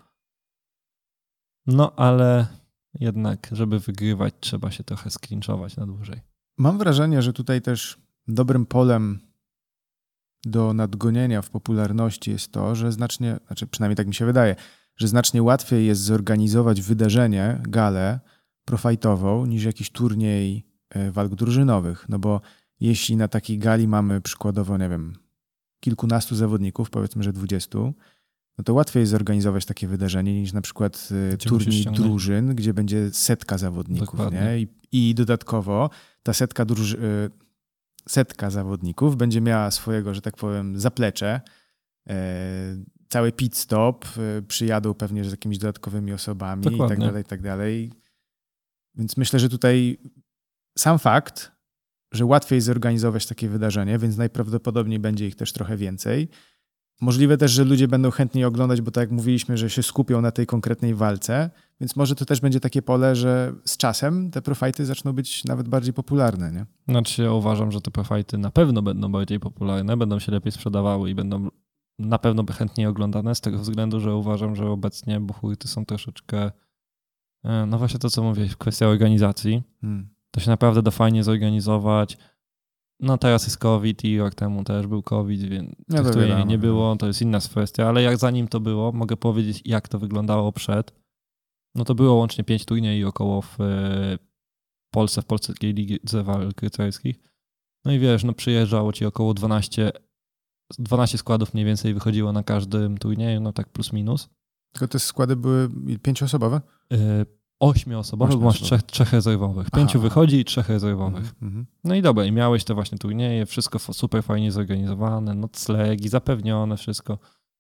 No ale jednak, żeby wygrywać, trzeba się trochę sklinczować na dłużej. Mam wrażenie, że tutaj też dobrym polem do nadgonienia w popularności jest to, że przynajmniej tak mi się wydaje, że znacznie łatwiej jest zorganizować wydarzenie, galę profajtową niż jakiś turniej walk drużynowych. No bo jeśli na takiej gali mamy przykładowo, nie wiem, kilkunastu zawodników, powiedzmy, że 20, no to łatwiej jest zorganizować takie wydarzenie niż na przykład turniej drużyn, gdzie będzie 100 zawodników. Nie? I dodatkowo ta setka zawodników będzie miała swojego, że tak powiem, zaplecze, cały pit stop, przyjadą pewnie z jakimiś dodatkowymi osobami. Dokładnie. i tak dalej. Więc myślę, że tutaj sam fakt, że łatwiej zorganizować takie wydarzenie, więc najprawdopodobniej będzie ich też trochę więcej. Możliwe też, że ludzie będą chętniej oglądać, bo tak jak mówiliśmy, że się skupią na tej konkretnej walce, więc może to też będzie takie pole, że z czasem te profajty zaczną być nawet bardziej popularne, nie? Znaczy ja uważam, że te profajty na pewno będą bardziej popularne, będą się lepiej sprzedawały i będą na pewno chętniej oglądane z tego względu, że uważam, że obecnie buchurty są troszeczkę, no właśnie to, co mówię, kwestia organizacji. To się naprawdę da fajnie zorganizować. No teraz jest COVID i rok temu też był COVID, więc tych turniejów nie było, to jest inna kwestia, ale jak zanim to było, mogę powiedzieć, jak to wyglądało przed. No to było łącznie 5 turniejów około w Polsce, w Polskiej Lidze Walk Rycerskich. No i wiesz, no przyjeżdżało ci około 12 składów mniej więcej wychodziło na każdym turnieju, no tak plus minus. Tylko te składy były 5-osobowe? 8-osobowe, bo masz 3 rezerwowych. 5 wychodzi i 3 rezerwowych. No i dobra, i miałeś te właśnie turnieje, wszystko super fajnie zorganizowane, noclegi, zapewnione, wszystko.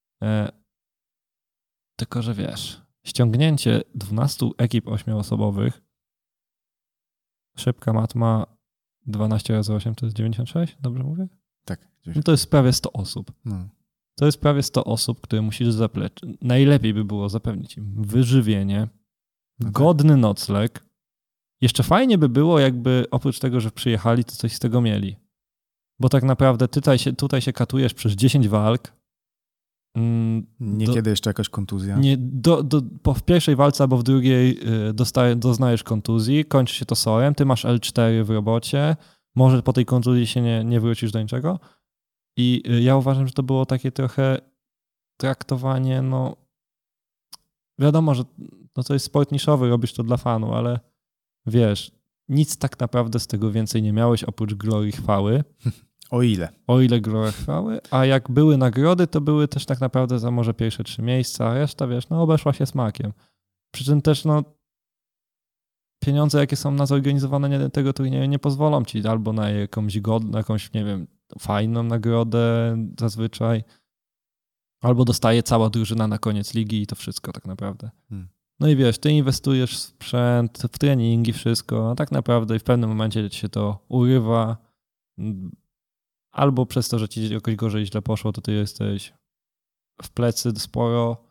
Tylko, że wiesz, ściągnięcie 12 ekip 8-osobowych, szybka matma, 12 razy 8 to jest 96, dobrze mówię? Tak. No to jest prawie 100 osób. No. To jest prawie 100 osób, które musisz zapleczyć. Najlepiej by było zapewnić im wyżywienie, godny nocleg. Jeszcze fajnie by było, jakby oprócz tego, że przyjechali, to coś z tego mieli. Bo tak naprawdę tutaj się katujesz przez 10 walk. Niekiedy jeszcze jakaś kontuzja. W pierwszej walce albo w drugiej doznajesz kontuzji, kończy się to SOR-em, ty masz L4 w robocie, może po tej kontuzji się nie wrócisz do niczego. I ja uważam, że to było takie trochę traktowanie, no wiadomo, że to jest sport niszowy, robisz to dla fanu, ale wiesz, nic tak naprawdę z tego więcej nie miałeś oprócz glorii chwały. O ile gloria chwały, a jak były nagrody, to były też tak naprawdę za może pierwsze 3 miejsca, a reszta, wiesz, no obeszła się smakiem. Przy czym też, no pieniądze, jakie są na zorganizowanie tego turnieju, nie pozwolą ci albo na jakąś, nie wiem, fajną nagrodę zazwyczaj, albo dostaje cała drużyna na koniec ligi i to wszystko tak naprawdę. No i wiesz, ty inwestujesz w sprzęt, w treningi, wszystko, a tak naprawdę w pewnym momencie ci się to urywa, albo przez to, że ci jakoś gorzej źle poszło, to ty jesteś w plecy sporo,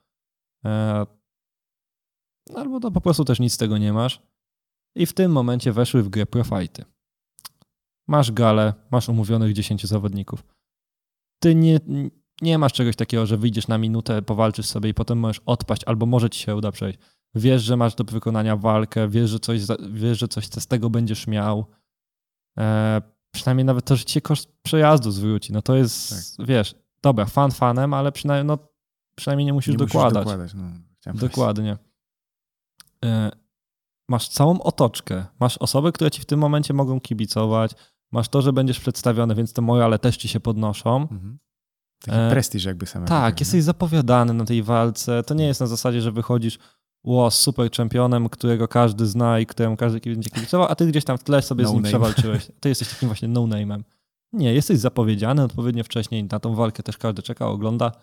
albo to po prostu też nic z tego nie masz. I w tym momencie weszły w grę profajty. Masz galę, masz umówionych 10 zawodników. Ty nie masz czegoś takiego, że wyjdziesz na minutę, powalczysz sobie i potem możesz odpaść, albo może ci się uda przejść. Wiesz, że masz do wykonania walkę, wiesz, że coś z tego będziesz miał. Przynajmniej nawet to, że ci się koszt przejazdu zwróci. No to jest, tak. Wiesz, dobra, fanem, ale przynajmniej nie musisz dokładać. Dokładnie. Masz całą otoczkę, masz osoby, które ci w tym momencie mogą kibicować, masz to, że będziesz przedstawiony, więc te morale też ci się podnoszą. Taki prestiż jakby samego. Tak, jesteś zapowiadany na tej walce. To nie jest na zasadzie, że wychodzisz z super czempionem, którego każdy zna i któremu każdy będzie kibicował, a ty gdzieś tam w tle sobie z nim przewalczyłeś. Ty jesteś takim właśnie no-name'em. Nie, jesteś zapowiedziany odpowiednio wcześniej, na tą walkę też każdy czeka, ogląda.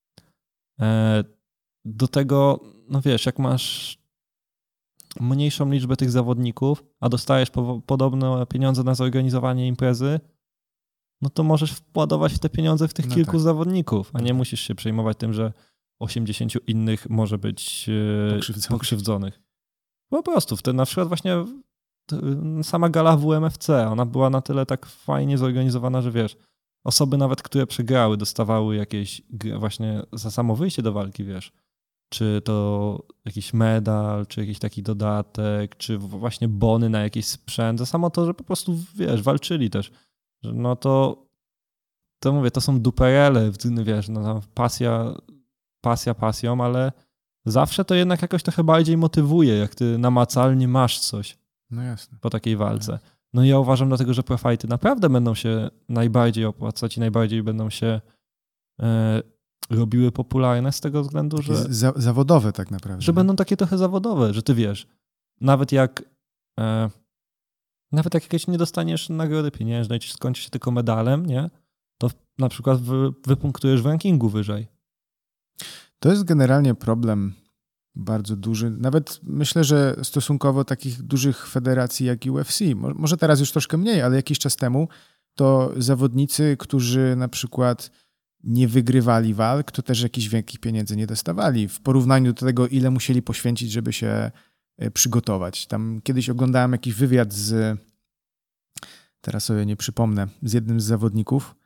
Do tego, no wiesz, jak masz mniejszą liczbę tych zawodników, a dostajesz podobne pieniądze na zorganizowanie imprezy, no to możesz wkładować w te pieniądze w tych kilku zawodników, a nie musisz się przejmować tym, że 80 innych może być pokrzywdzonych. Po prostu, na przykład właśnie sama gala WMFC, ona była na tyle tak fajnie zorganizowana, że wiesz, osoby nawet, które przegrały, dostawały jakieś właśnie za samo wyjście do walki, wiesz, czy to jakiś medal, czy jakiś taki dodatek, czy właśnie bony na jakiś sprzęt, za samo to, że po prostu, wiesz, walczyli też. No to mówię, to są duperele, wiesz, no pasją, ale zawsze to jednak jakoś trochę bardziej motywuje, jak ty namacalnie masz coś po takiej walce. No i ja uważam dlatego, że profajty naprawdę będą się najbardziej opłacać i najbardziej będą się robiły popularne z tego względu, że... Zawodowe tak naprawdę. Że będą takie trochę zawodowe, że ty wiesz, nawet jak Nawet jak jakieś nie dostaniesz nagrody pieniężnej, czy skończy się tylko medalem, nie? To na przykład wypunktujesz w rankingu wyżej. To jest generalnie problem bardzo duży. Nawet myślę, że stosunkowo takich dużych federacji jak UFC, może teraz już troszkę mniej, ale jakiś czas temu, to zawodnicy, którzy na przykład nie wygrywali walk, to też jakichś wielkich pieniędzy nie dostawali w porównaniu do tego, ile musieli poświęcić, żeby się przygotować. Tam kiedyś oglądałem jakiś wywiad teraz sobie nie przypomnę, z jednym z zawodników,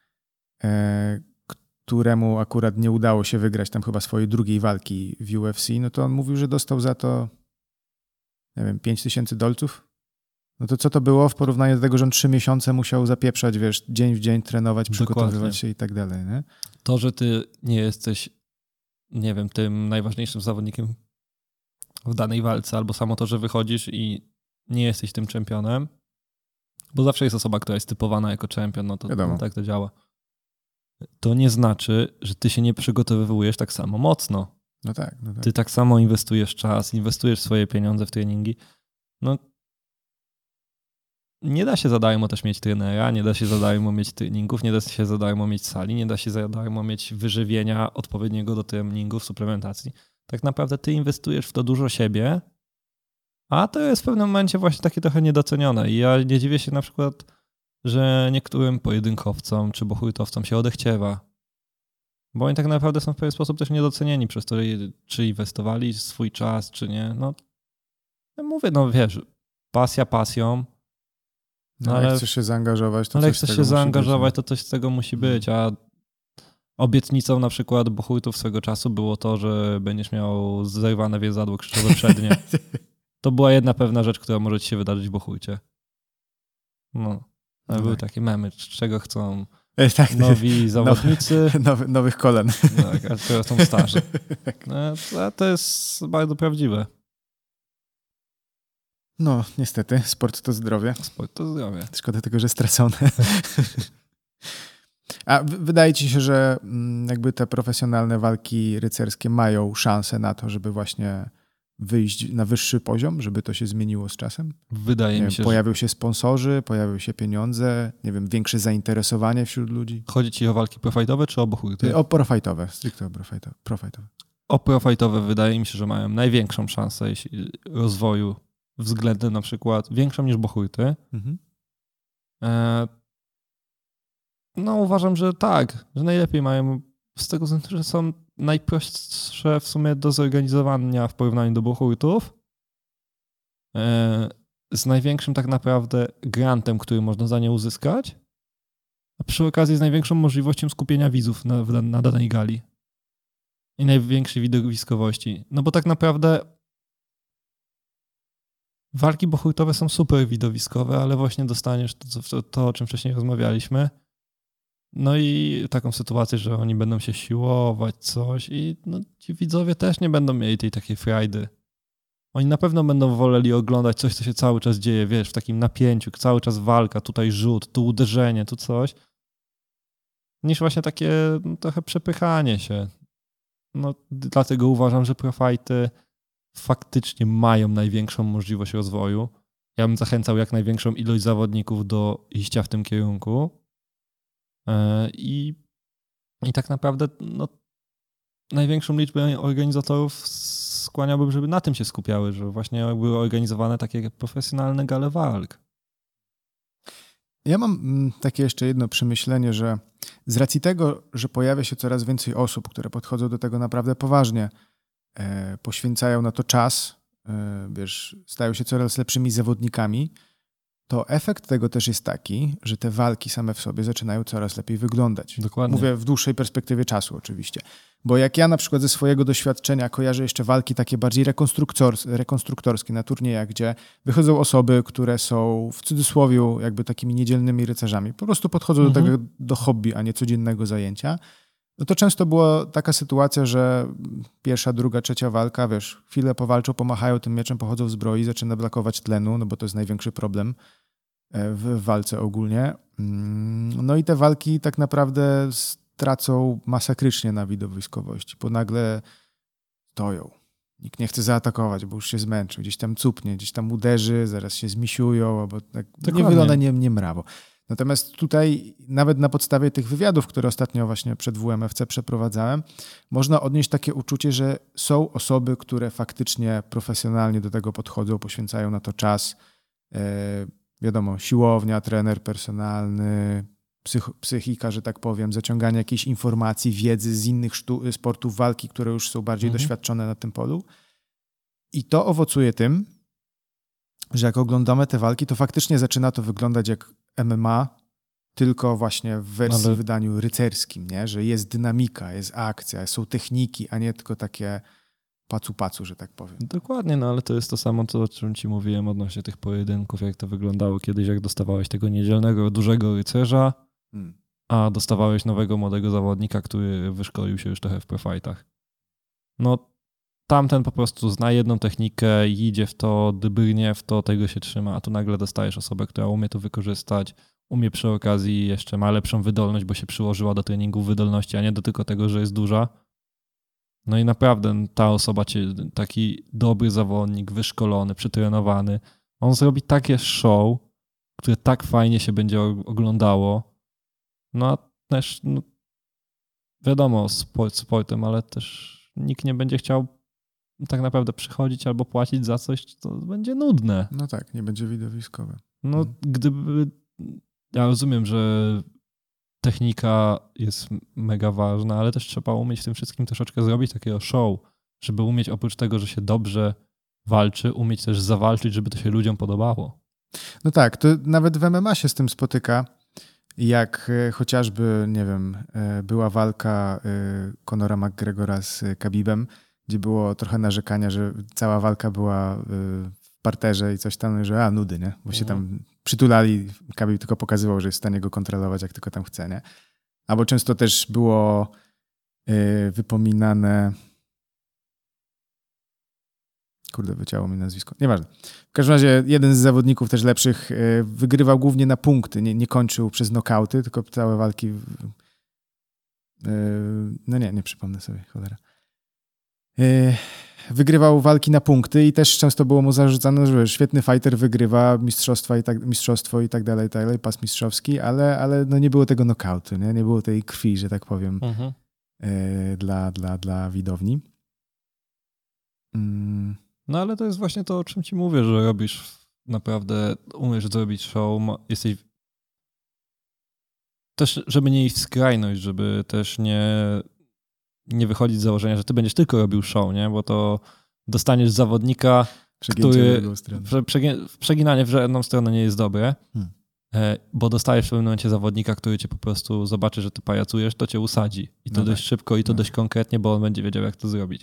któremu akurat nie udało się wygrać tam chyba swojej drugiej walki w UFC, no to on mówił, że dostał za to, nie wiem, $5,000. No to co to było w porównaniu do tego, że on 3 miesiące musiał zapieprzać, wiesz, dzień w dzień trenować, przygotowywać się i tak dalej, nie? To, że ty nie jesteś, nie wiem, tym najważniejszym zawodnikiem w danej walce, albo samo to, że wychodzisz i nie jesteś tym czempionem, bo zawsze jest osoba, która jest typowana jako czempion, no to tak to działa. To nie znaczy, że ty się nie przygotowujesz tak samo mocno. No tak. Ty tak samo inwestujesz czas, inwestujesz swoje pieniądze w treningi. No nie da się za darmo też mieć trenera, nie da się za darmo mieć treningów, nie da się za darmo mieć sali, nie da się za darmo mieć wyżywienia odpowiedniego do treningów, suplementacji. Tak naprawdę ty inwestujesz w to dużo siebie, a to jest w pewnym momencie właśnie takie trochę niedocenione. I ja nie dziwię się na przykład, że niektórym pojedynkowcom czy bohurtowcom się odechciewa. Bo oni tak naprawdę są w pewien sposób też niedocenieni przez to, czy inwestowali swój czas, czy nie. No, ja mówię, no wiesz, pasja pasją. No, ale jak chcesz się zaangażować, to ale coś jak chcesz się zaangażować, to coś z tego musi być, a obietnicą na przykład bohurtów swego czasu było to, że będziesz miał zerwane więzadło krzyżowe przednie. To była jedna pewna rzecz, która może ci się wydarzyć w bohurcie. No, były takie memy, czego chcą nowi zawodnicy. Nowych kolan. Tak, a teraz są starzy. No, to jest bardzo prawdziwe. No, niestety, sport to zdrowie. Sport to zdrowie. Szkoda tylko, że stracone. A wydaje ci się, że jakby te profesjonalne walki rycerskie mają szansę na to, żeby właśnie wyjść na wyższy poziom, żeby to się zmieniło z czasem? Wydaje mi się, pojawią się sponsorzy, pojawią się pieniądze, nie wiem, większe zainteresowanie wśród ludzi. Chodzi ci o walki profajtowe czy o bohurty? O profajtowe, stricte o profajtowe. O profajtowe wydaje mi się, że mają największą szansę rozwoju względem na przykład większą niż bohurty. Mhm. No uważam, że tak, że najlepiej mają z tego względu, że są najprostsze w sumie do zorganizowania w porównaniu do bohurtów. Z największym tak naprawdę grantem, który można za nie uzyskać, a przy okazji z największą możliwością skupienia widzów na danej gali i największej widowiskowości. No bo tak naprawdę walki bohurtowe są super widowiskowe, ale właśnie dostaniesz to, o czym wcześniej rozmawialiśmy. No i taką sytuację, że oni będą się siłować, coś i no, ci widzowie też nie będą mieli tej takiej frajdy. Oni na pewno będą woleli oglądać coś, co się cały czas dzieje, wiesz, w takim napięciu, cały czas walka, tutaj rzut, tu uderzenie, tu coś, niż właśnie takie trochę przepychanie się. No, dlatego uważam, że profajty faktycznie mają największą możliwość rozwoju. Ja bym zachęcał jak największą ilość zawodników do iścia w tym kierunku. I tak naprawdę no, największą liczbę organizatorów skłaniałbym, żeby na tym się skupiały, że właśnie były organizowane takie profesjonalne gale walk. Ja mam takie jeszcze jedno przemyślenie, że z racji tego, że pojawia się coraz więcej osób, które podchodzą do tego naprawdę poważnie, poświęcają na to czas, wiesz, stają się coraz lepszymi zawodnikami, to efekt tego też jest taki, że te walki same w sobie zaczynają coraz lepiej wyglądać. Dokładnie. Mówię w dłuższej perspektywie czasu oczywiście. Bo jak ja na przykład ze swojego doświadczenia kojarzę jeszcze walki takie bardziej rekonstruktorskie na turniejach, gdzie wychodzą osoby, które są w cudzysłowie jakby takimi niedzielnymi rycerzami. Po prostu podchodzą do tego do hobby, a nie codziennego zajęcia. No to często była taka sytuacja, że pierwsza, druga, trzecia walka, wiesz, chwilę powalczą, pomachają tym mieczem, pochodzą w zbroi, zaczyna brakować tlenu, no bo to jest największy problem w walce ogólnie. No i te walki tak naprawdę stracą masakrycznie na widowiskowości, bo nagle stoją, Nikt nie chce zaatakować, bo już się zmęczył. Gdzieś tam cupnie, gdzieś tam uderzy, zaraz się zmisiują, albo tak niewylone nie mrawo. Natomiast tutaj nawet na podstawie tych wywiadów, które ostatnio właśnie przed WMFC przeprowadzałem, można odnieść takie uczucie, że są osoby, które faktycznie profesjonalnie do tego podchodzą, poświęcają na to czas. Wiadomo, siłownia, trener personalny, psychika, że tak powiem, zaciąganie jakiejś informacji, wiedzy z innych sportów walki, które już są bardziej doświadczone na tym polu. I to owocuje tym, że jak oglądamy te walki, to faktycznie zaczyna to wyglądać jak MMA, tylko właśnie w wersji wydaniu rycerskim, nie? Że jest dynamika, jest akcja, są techniki, a nie tylko takie pacu, że tak powiem. Dokładnie, no ale to jest to samo, o czym ci mówiłem odnośnie tych pojedynków, jak to wyglądało kiedyś, jak dostawałeś tego niedzielnego, dużego rycerza, a dostawałeś nowego, młodego zawodnika, który wyszkolił się już trochę w profightach. No tamten po prostu zna jedną technikę, idzie w to, dybrnie w to, tego się trzyma, a tu nagle dostajesz osobę, która umie to wykorzystać, umie przy okazji jeszcze ma lepszą wydolność, bo się przyłożyła do treningu wydolności, a nie do tylko tego, że jest duża. No i naprawdę ta osoba, taki dobry zawodnik, wyszkolony, przetrenowany, on zrobi takie show, które tak fajnie się będzie oglądało. No a też, no, wiadomo, sportem, ale też nikt nie będzie chciał tak naprawdę przychodzić albo płacić za coś, co będzie nudne. No tak, nie będzie widowiskowe. No gdyby... Ja rozumiem, że technika jest mega ważna, ale też trzeba umieć w tym wszystkim troszeczkę zrobić takiego show, żeby umieć oprócz tego, że się dobrze walczy, umieć też zawalczyć, żeby to się ludziom podobało. No tak, to nawet w MMA się z tym spotyka, jak chociażby, nie wiem, była walka Conora McGregora z Khabibem, gdzie było trochę narzekania, że cała walka była w parterze i coś tam, że nudy, nie? Bo się tam przytulali, Khabib tylko pokazywał, że jest w stanie go kontrolować, jak tylko tam chce, nie? Albo często też było wypominane... Kurde, wycięło mi nazwisko. Nieważne. W każdym razie jeden z zawodników też lepszych wygrywał głównie na punkty. Nie kończył przez nokauty, tylko całe walki... No nie przypomnę sobie, cholera. Wygrywał walki na punkty i też często było mu zarzucane, że świetny fighter wygrywa mistrzostwo i tak dalej, pas mistrzowski, ale no nie było tego nokautu, nie było tej krwi, że tak powiem, dla widowni. No ale to jest właśnie to, o czym ci mówię, że robisz naprawdę, umiesz zrobić show, jesteś też, żeby nie iść w skrajność, żeby też nie wychodzić z założenia, że ty będziesz tylko robił show, nie? Bo to dostaniesz zawodnika, który... Przeginanie w jedną stronę nie jest dobre, bo dostajesz w pewnym momencie zawodnika, który cię po prostu zobaczy, że ty pajacujesz, to cię usadzi. I to dość szybko i to dość konkretnie, bo on będzie wiedział, jak to zrobić.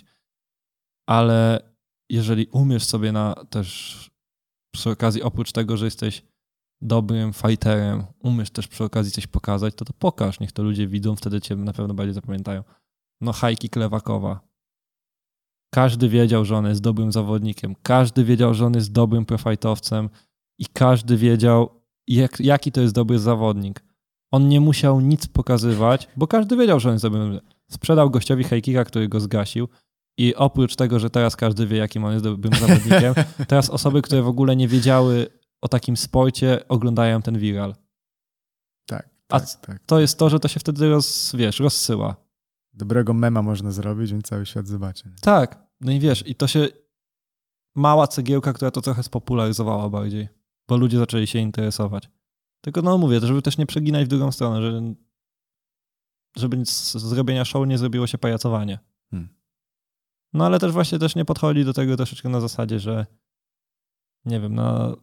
Ale jeżeli umiesz sobie też przy okazji, oprócz tego, że jesteś dobrym fighterem, umiesz też przy okazji coś pokazać, to pokaż, niech to ludzie widzą, wtedy cię na pewno bardziej zapamiętają. No Hajki Klewakowa. Każdy wiedział, że on jest dobrym zawodnikiem, każdy wiedział, że on jest dobrym profightowcem i każdy wiedział, jaki to jest dobry zawodnik. On nie musiał nic pokazywać, bo każdy wiedział, że on jest dobrym. Sprzedał gościowi Hajkika, który go zgasił i oprócz tego, że teraz każdy wie, jakim on jest dobrym zawodnikiem, teraz osoby, które w ogóle nie wiedziały o takim sporcie, oglądają ten viral. Tak. To jest to, że to się wtedy rozsyła. Dobrego mema można zrobić, więc cały świat zobaczy. Tak. No i wiesz, i to się mała cegiełka, która to trochę spopularyzowała bardziej, bo ludzie zaczęli się interesować. Tylko mówię, żeby też nie przeginać w drugą stronę, żeby z zrobienia show nie zrobiło się pajacowanie. No ale też właśnie nie podchodzi do tego troszeczkę na zasadzie, że nie wiem,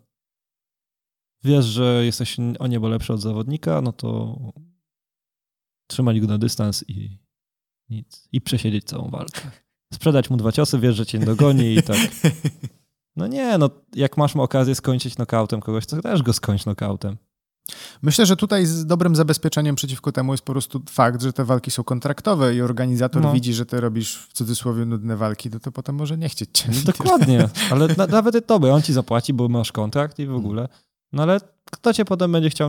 wiesz, że jesteś o niebo lepszy od zawodnika, no to trzymać go na dystans i nic. I przesiedzieć całą walkę. Sprzedać mu 2 ciosy, wiesz, że cię nie dogoni i tak. No nie, jak masz okazję skończyć nokautem kogoś, to też go skończ nokautem. Myślę, że tutaj z dobrym zabezpieczeniem przeciwko temu jest po prostu fakt, że te walki są kontraktowe i organizator widzi, że ty robisz w cudzysłowie nudne walki, to potem może nie chcieć cię. Dokładnie, ale nawet tobie, on ci zapłaci, bo masz kontrakt i w ogóle. No ale kto cię potem będzie chciał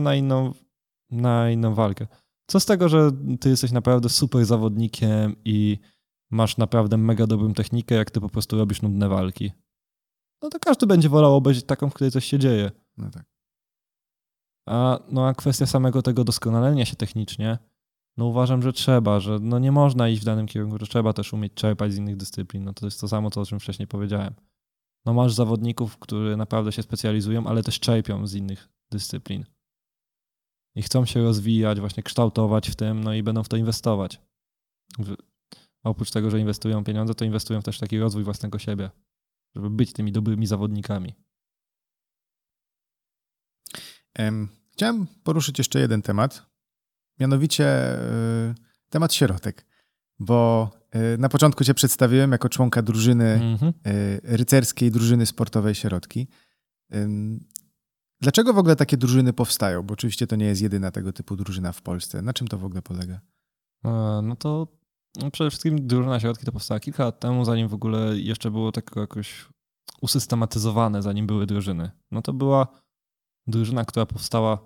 na inną walkę? Co z tego, że ty jesteś naprawdę super zawodnikiem i masz naprawdę mega dobrą technikę, jak ty po prostu robisz nudne walki. No to każdy będzie wolał obejrzeć taką, w której coś się dzieje. No tak. A kwestia samego tego doskonalenia się technicznie, no uważam, że trzeba, że no nie można iść w danym kierunku, że trzeba też umieć czerpać z innych dyscyplin. No to jest to samo, o czym wcześniej powiedziałem. No masz zawodników, którzy naprawdę się specjalizują, ale też czerpią z innych dyscyplin. I chcą się rozwijać, właśnie kształtować w tym, no i będą w to inwestować. Oprócz tego, że inwestują pieniądze, to inwestują też w taki rozwój własnego siebie, żeby być tymi dobrymi zawodnikami. Chciałem poruszyć jeszcze jeden temat, mianowicie temat środek, bo na początku cię przedstawiłem jako członka drużyny rycerskiej, drużyny sportowej Środki. Dlaczego w ogóle takie drużyny powstają? Bo oczywiście to nie jest jedyna tego typu drużyna w Polsce. Na czym to w ogóle polega? No to przede wszystkim drużyna Środki to powstała kilka lat temu, zanim w ogóle jeszcze było tak jakoś usystematyzowane, zanim były drużyny. No to była drużyna, która powstała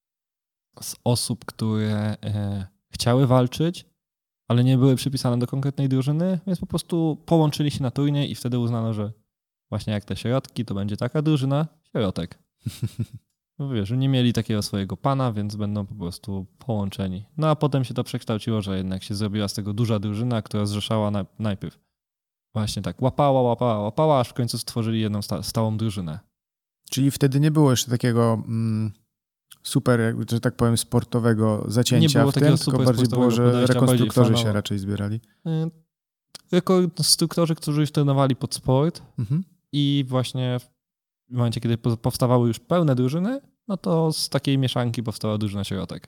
z osób, które chciały walczyć, ale nie były przypisane do konkretnej drużyny, więc po prostu połączyli się na turniej i wtedy uznano, że właśnie jak te Środki, to będzie taka drużyna Środek. No wiesz, nie mieli takiego swojego pana, więc będą po prostu połączeni. No a potem się to przekształciło, że jednak się zrobiła z tego duża drużyna, która zrzeszała najpierw właśnie tak łapała, aż w końcu stworzyli jedną stałą drużynę. Czyli wtedy nie było jeszcze takiego super, że tak powiem, sportowego zacięcia nie było w tym, tylko bardziej było, że rekonstruktorzy się raczej zbierali. Rekonstruktorzy, którzy już trenowali pod sport i właśnie w momencie, kiedy powstawały już pełne drużyny, no to z takiej mieszanki powstała drużyna Środek.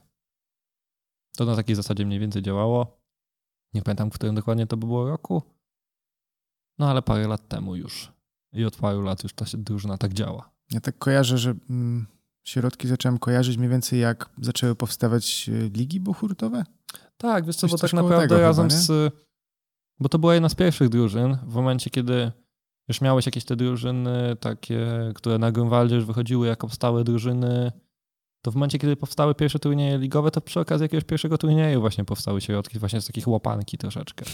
To na takiej zasadzie mniej więcej działało. Nie pamiętam, w którym dokładnie to było roku, no ale parę lat temu już. I od paru lat już ta drużyna tak działa. Ja tak kojarzę, że Środki zacząłem kojarzyć mniej więcej jak zaczęły powstawać ligi buchurtowe? Tak, wiesz co, bo tak naprawdę razem bo to była jedna z pierwszych drużyn w momencie, kiedy już miałeś jakieś te drużyny takie, które na Grunwaldzie już wychodziły jako stałe drużyny, to w momencie, kiedy powstały pierwsze turnieje ligowe, to przy okazji jakiegoś pierwszego turnieju właśnie powstały Środki, właśnie z takich łapanki troszeczkę.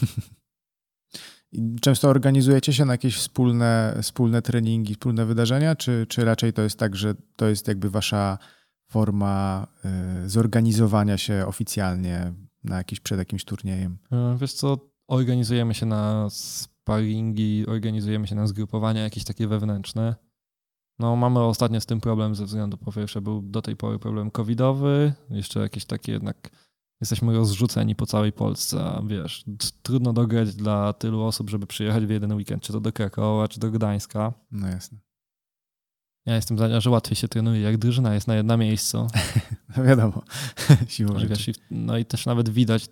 I często organizujecie się na jakieś wspólne treningi, wspólne wydarzenia, czy raczej to jest tak, że to jest jakby wasza forma zorganizowania się oficjalnie przed jakimś turniejem? Wiesz co, organizujemy się na sparingi, organizujemy się na zgrupowania jakieś takie wewnętrzne. No mamy ostatnio z tym problem ze względu, po pierwsze był do tej pory problem covidowy, jeszcze jakieś takie jednak jesteśmy rozrzuceni po całej Polsce, a wiesz, trudno dograć dla tylu osób, żeby przyjechać w jeden weekend, czy to do Krakowa, czy do Gdańska. No jasne. Ja jestem zdania, że łatwiej się trenuje, jak drużyna jest na miejscu. No wiadomo, siłą rzeczy. No i też nawet widać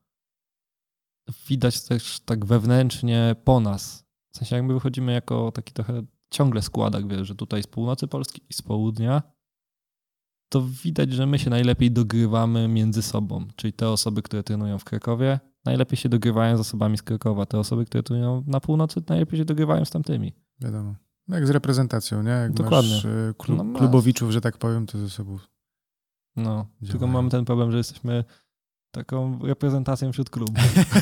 też tak wewnętrznie po nas. W sensie jakby wychodzimy jako taki trochę ciągle składak, wiesz, że tutaj z północy Polski i z południa, to widać, że my się najlepiej dogrywamy między sobą. Czyli te osoby, które trenują w Krakowie, najlepiej się dogrywają z osobami z Krakowa. Te osoby, które trenują na północy, najlepiej się dogrywają z tamtymi. Wiadomo. Jak z reprezentacją, nie? Jak dokładnie. Masz klubowiczów, że tak powiem, to ze sobą No, tylko mamy ten problem, że jesteśmy taką reprezentacją wśród klubów.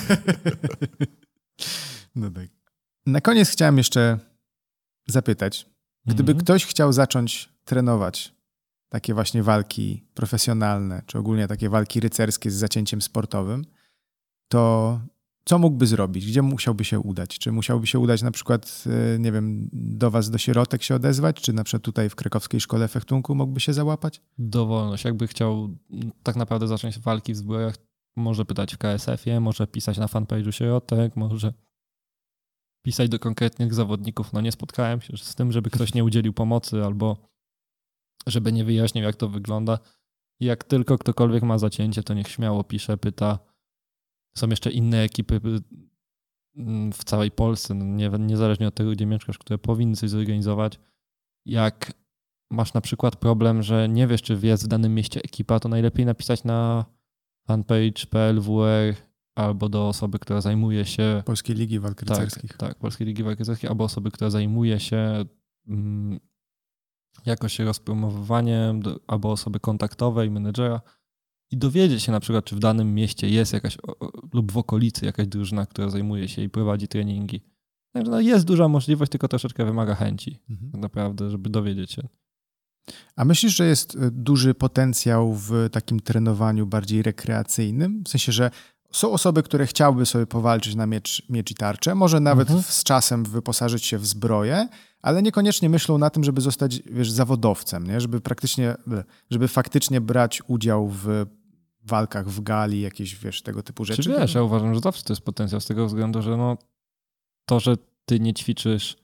No tak. Na koniec chciałem jeszcze zapytać, gdyby ktoś chciał zacząć trenować takie właśnie walki profesjonalne, czy ogólnie takie walki rycerskie z zacięciem sportowym, to co mógłby zrobić? Gdzie musiałby się udać? Czy musiałby się udać na przykład, nie wiem, do was, do Środek się odezwać? Czy na przykład tutaj w Krakowskiej Szkole Fechtunku mógłby się załapać? Dowolność. Jakby chciał tak naprawdę zacząć walki w zbrojach, może pytać w KSF-ie, może pisać na fanpage'u Środek, może pisać do konkretnych zawodników. No nie spotkałem się z tym, żeby ktoś nie udzielił pomocy albo żeby nie wyjaśnił, jak to wygląda. Jak tylko ktokolwiek ma zacięcie, to niech śmiało pisze, pyta. Są jeszcze inne ekipy w całej Polsce, niezależnie od tego, gdzie mieszkasz, które powinny coś zorganizować. Jak masz na przykład problem, że nie wiesz, czy jest w danym mieście ekipa, to najlepiej napisać na fanpage.pl.wr albo do osoby, która zajmuje się... Polskiej Ligi Walk Rycerskich. Tak, Polskiej Ligi Walk Rycerskich, albo osoby, która zajmuje się jakoś rozpromowywaniem, albo osoby kontaktowej, menedżera i dowiedzieć się na przykład, czy w danym mieście jest jakaś lub w okolicy jakaś drużyna, która zajmuje się i prowadzi treningi. Także no jest duża możliwość, tylko troszeczkę wymaga chęci tak naprawdę, żeby dowiedzieć się. A myślisz, że jest duży potencjał w takim trenowaniu bardziej rekreacyjnym? W sensie, że są osoby, które chciałyby sobie powalczyć na miecz i tarczę, może nawet z czasem wyposażyć się w zbroję, ale niekoniecznie myślą na tym, żeby zostać, zawodowcem, nie? Żeby faktycznie brać udział w walkach w gali, jakieś, tego typu rzeczy. Ja uważam, że zawsze to jest potencjał z tego względu, że to, że ty nie ćwiczysz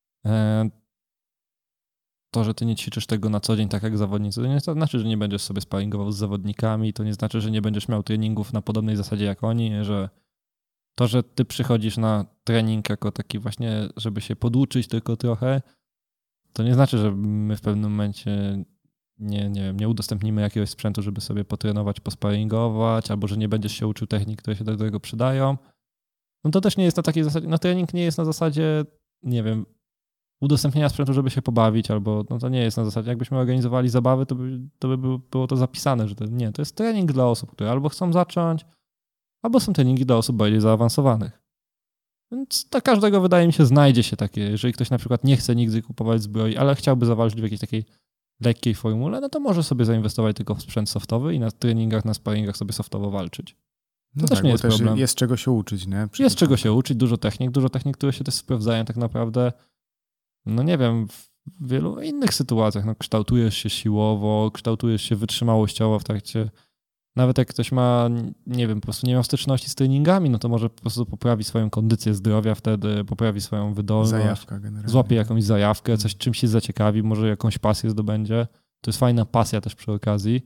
tego na co dzień, tak jak zawodnicy, to nie znaczy, że nie będziesz sobie sparingował z zawodnikami, to nie znaczy, że nie będziesz miał treningów na podobnej zasadzie jak oni, że to, że ty przychodzisz na trening jako taki właśnie, żeby się poduczyć tylko trochę, to nie znaczy, że my w pewnym momencie nie udostępnimy jakiegoś sprzętu, żeby sobie potrenować, posparingować, albo że nie będziesz się uczył technik, które się do tego przydają. No to też nie jest na takiej zasadzie, trening nie jest na zasadzie, nie wiem, udostępnienia sprzętu, żeby się pobawić, albo to nie jest na zasadzie, jakbyśmy organizowali zabawy, to by było to zapisane, że to jest trening dla osób, które albo chcą zacząć, albo są treningi dla osób bardziej zaawansowanych. Więc dla każdego, wydaje mi się, znajdzie się takie, jeżeli ktoś na przykład nie chce nigdy kupować zbroi, ale chciałby zawalczyć w jakiejś takiej lekkiej formule, no to może sobie zainwestować tylko w sprzęt softowy i na treningach, na sparingach sobie softowo walczyć. To też nie jest problem. Jest czego się uczyć, nie? Jest czego się uczyć, dużo technik, które się też sprawdzają tak naprawdę, nie wiem, w wielu innych sytuacjach. Kształtujesz się siłowo, kształtujesz się wytrzymałościowo w trakcie, nawet jak ktoś ma, nie wiem, po prostu nie ma styczności z treningami, no to może po prostu poprawi swoją kondycję zdrowia wtedy, poprawi swoją wydolność, zajawka generalnie. Złapie jakąś zajawkę, czymś się zaciekawi, może jakąś pasję zdobędzie. To jest fajna pasja też przy okazji.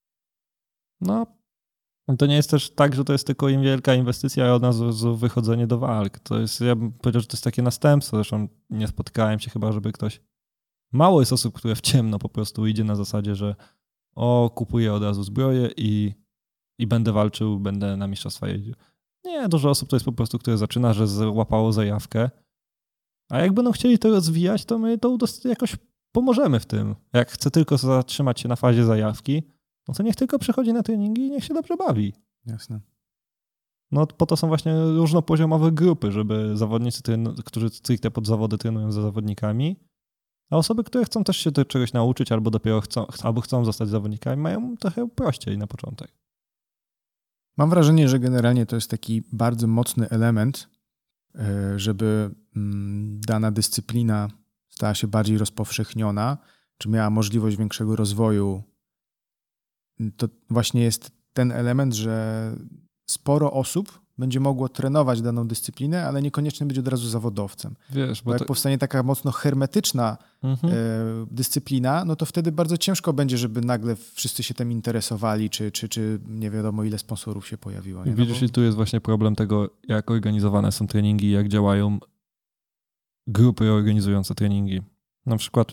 To nie jest też tak, że to jest tylko im wielka inwestycja, a od razu wychodzenie do walk. To jest, ja bym powiedział, że to jest takie następstwo. Zresztą nie spotkałem się chyba, żeby ktoś... Mało jest osób, które w ciemno po prostu idzie na zasadzie, że kupuję od razu zbroję i będę walczył, będę na mistrzostwa jeździł. Nie, dużo osób to jest po prostu, które zaczyna, że złapało zajawkę. A jak będą chcieli to rozwijać, to my to jakoś pomożemy w tym. Jak chce tylko zatrzymać się na fazie zajawki, no to niech tylko przychodzi na treningi i niech się dobrze bawi. Jasne. Po to są właśnie różnopoziomowe grupy, żeby zawodnicy, którzy stricte pod zawody trenują za zawodnikami, a osoby, które chcą też się czegoś nauczyć albo dopiero chcą zostać zawodnikami, mają trochę prościej na początek. Mam wrażenie, że generalnie to jest taki bardzo mocny element, żeby dana dyscyplina stała się bardziej rozpowszechniona, czy miała możliwość większego rozwoju. To właśnie jest ten element, że sporo osób będzie mogło trenować daną dyscyplinę, ale niekoniecznie być od razu zawodowcem. Bo jak powstanie taka mocno hermetyczna dyscyplina, no to wtedy bardzo ciężko będzie, żeby nagle wszyscy się tym interesowali, czy nie wiadomo ile sponsorów się pojawiło. Nie? Widzisz, i tu jest właśnie problem tego, jak organizowane są treningi, jak działają grupy organizujące treningi. Na przykład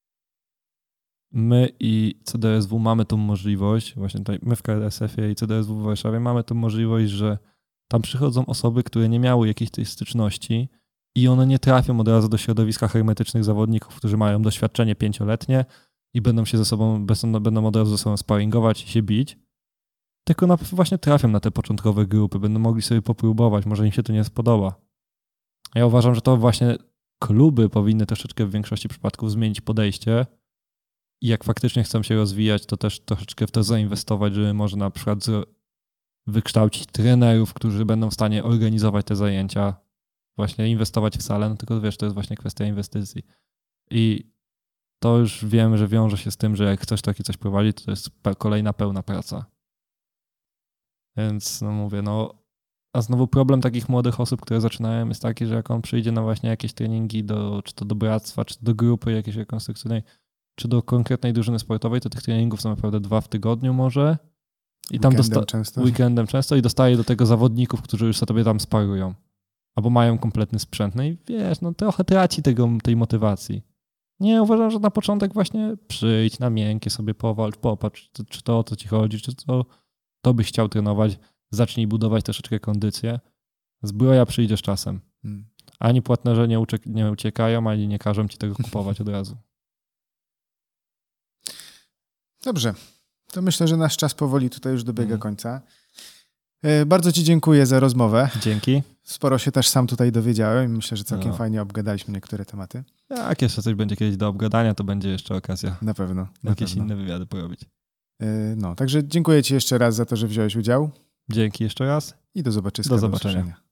my i CDSW mamy tą możliwość, właśnie tutaj my w KSF-ie i CDSW w Warszawie mamy tą możliwość, że tam przychodzą osoby, które nie miały jakiejś tej styczności i one nie trafią od razu do środowiska hermetycznych zawodników, którzy mają doświadczenie 5-letnie i będą od razu ze sobą sparingować i się bić, tylko właśnie trafią na te początkowe grupy, będą mogli sobie popróbować, może im się to nie spodoba. Ja uważam, że to właśnie kluby powinny troszeczkę w większości przypadków zmienić podejście i jak faktycznie chcą się rozwijać, to też troszeczkę w to zainwestować, żeby może na przykład wykształcić trenerów, którzy będą w stanie organizować te zajęcia, właśnie inwestować w salę, tylko wiesz, to jest właśnie kwestia inwestycji. I to już wiem, że wiąże się z tym, że jak ktoś taki coś prowadzi, to jest kolejna pełna praca. Więc mówię, a znowu problem takich młodych osób, które zaczynają, jest taki, że jak on przyjdzie na właśnie jakieś treningi czy to do bractwa, czy do grupy jakiejś rekonstrukcyjnej, czy do konkretnej drużyny sportowej, to tych treningów są naprawdę 2 w tygodniu może. I tam weekendem często i dostaje do tego zawodników, którzy już sobie tam sparują. Albo mają kompletny sprzęt. No i wiesz, trochę traci tej motywacji. Nie, uważam, że na początek właśnie przyjdź na miękkie sobie powalcz, popatrz, czy to o co ci chodzi, czy to byś chciał trenować, zacznij budować troszeczkę kondycję. Zbroja przyjdzie z czasem. Ani płatnerze nie uciekają, ani nie każą ci tego kupować od razu. Dobrze. To myślę, że nasz czas powoli tutaj już dobiega końca. Bardzo Ci dziękuję za rozmowę. Dzięki. Sporo się też sam tutaj dowiedziałem i myślę, że całkiem fajnie obgadaliśmy niektóre tematy. Jak jeszcze coś będzie kiedyś do obgadania, to będzie jeszcze okazja. Na pewno. Jakieś inne wywiady porobić. Także dziękuję Ci jeszcze raz za to, że wziąłeś udział. Dzięki jeszcze raz. I do zobaczenia. Do zobaczenia.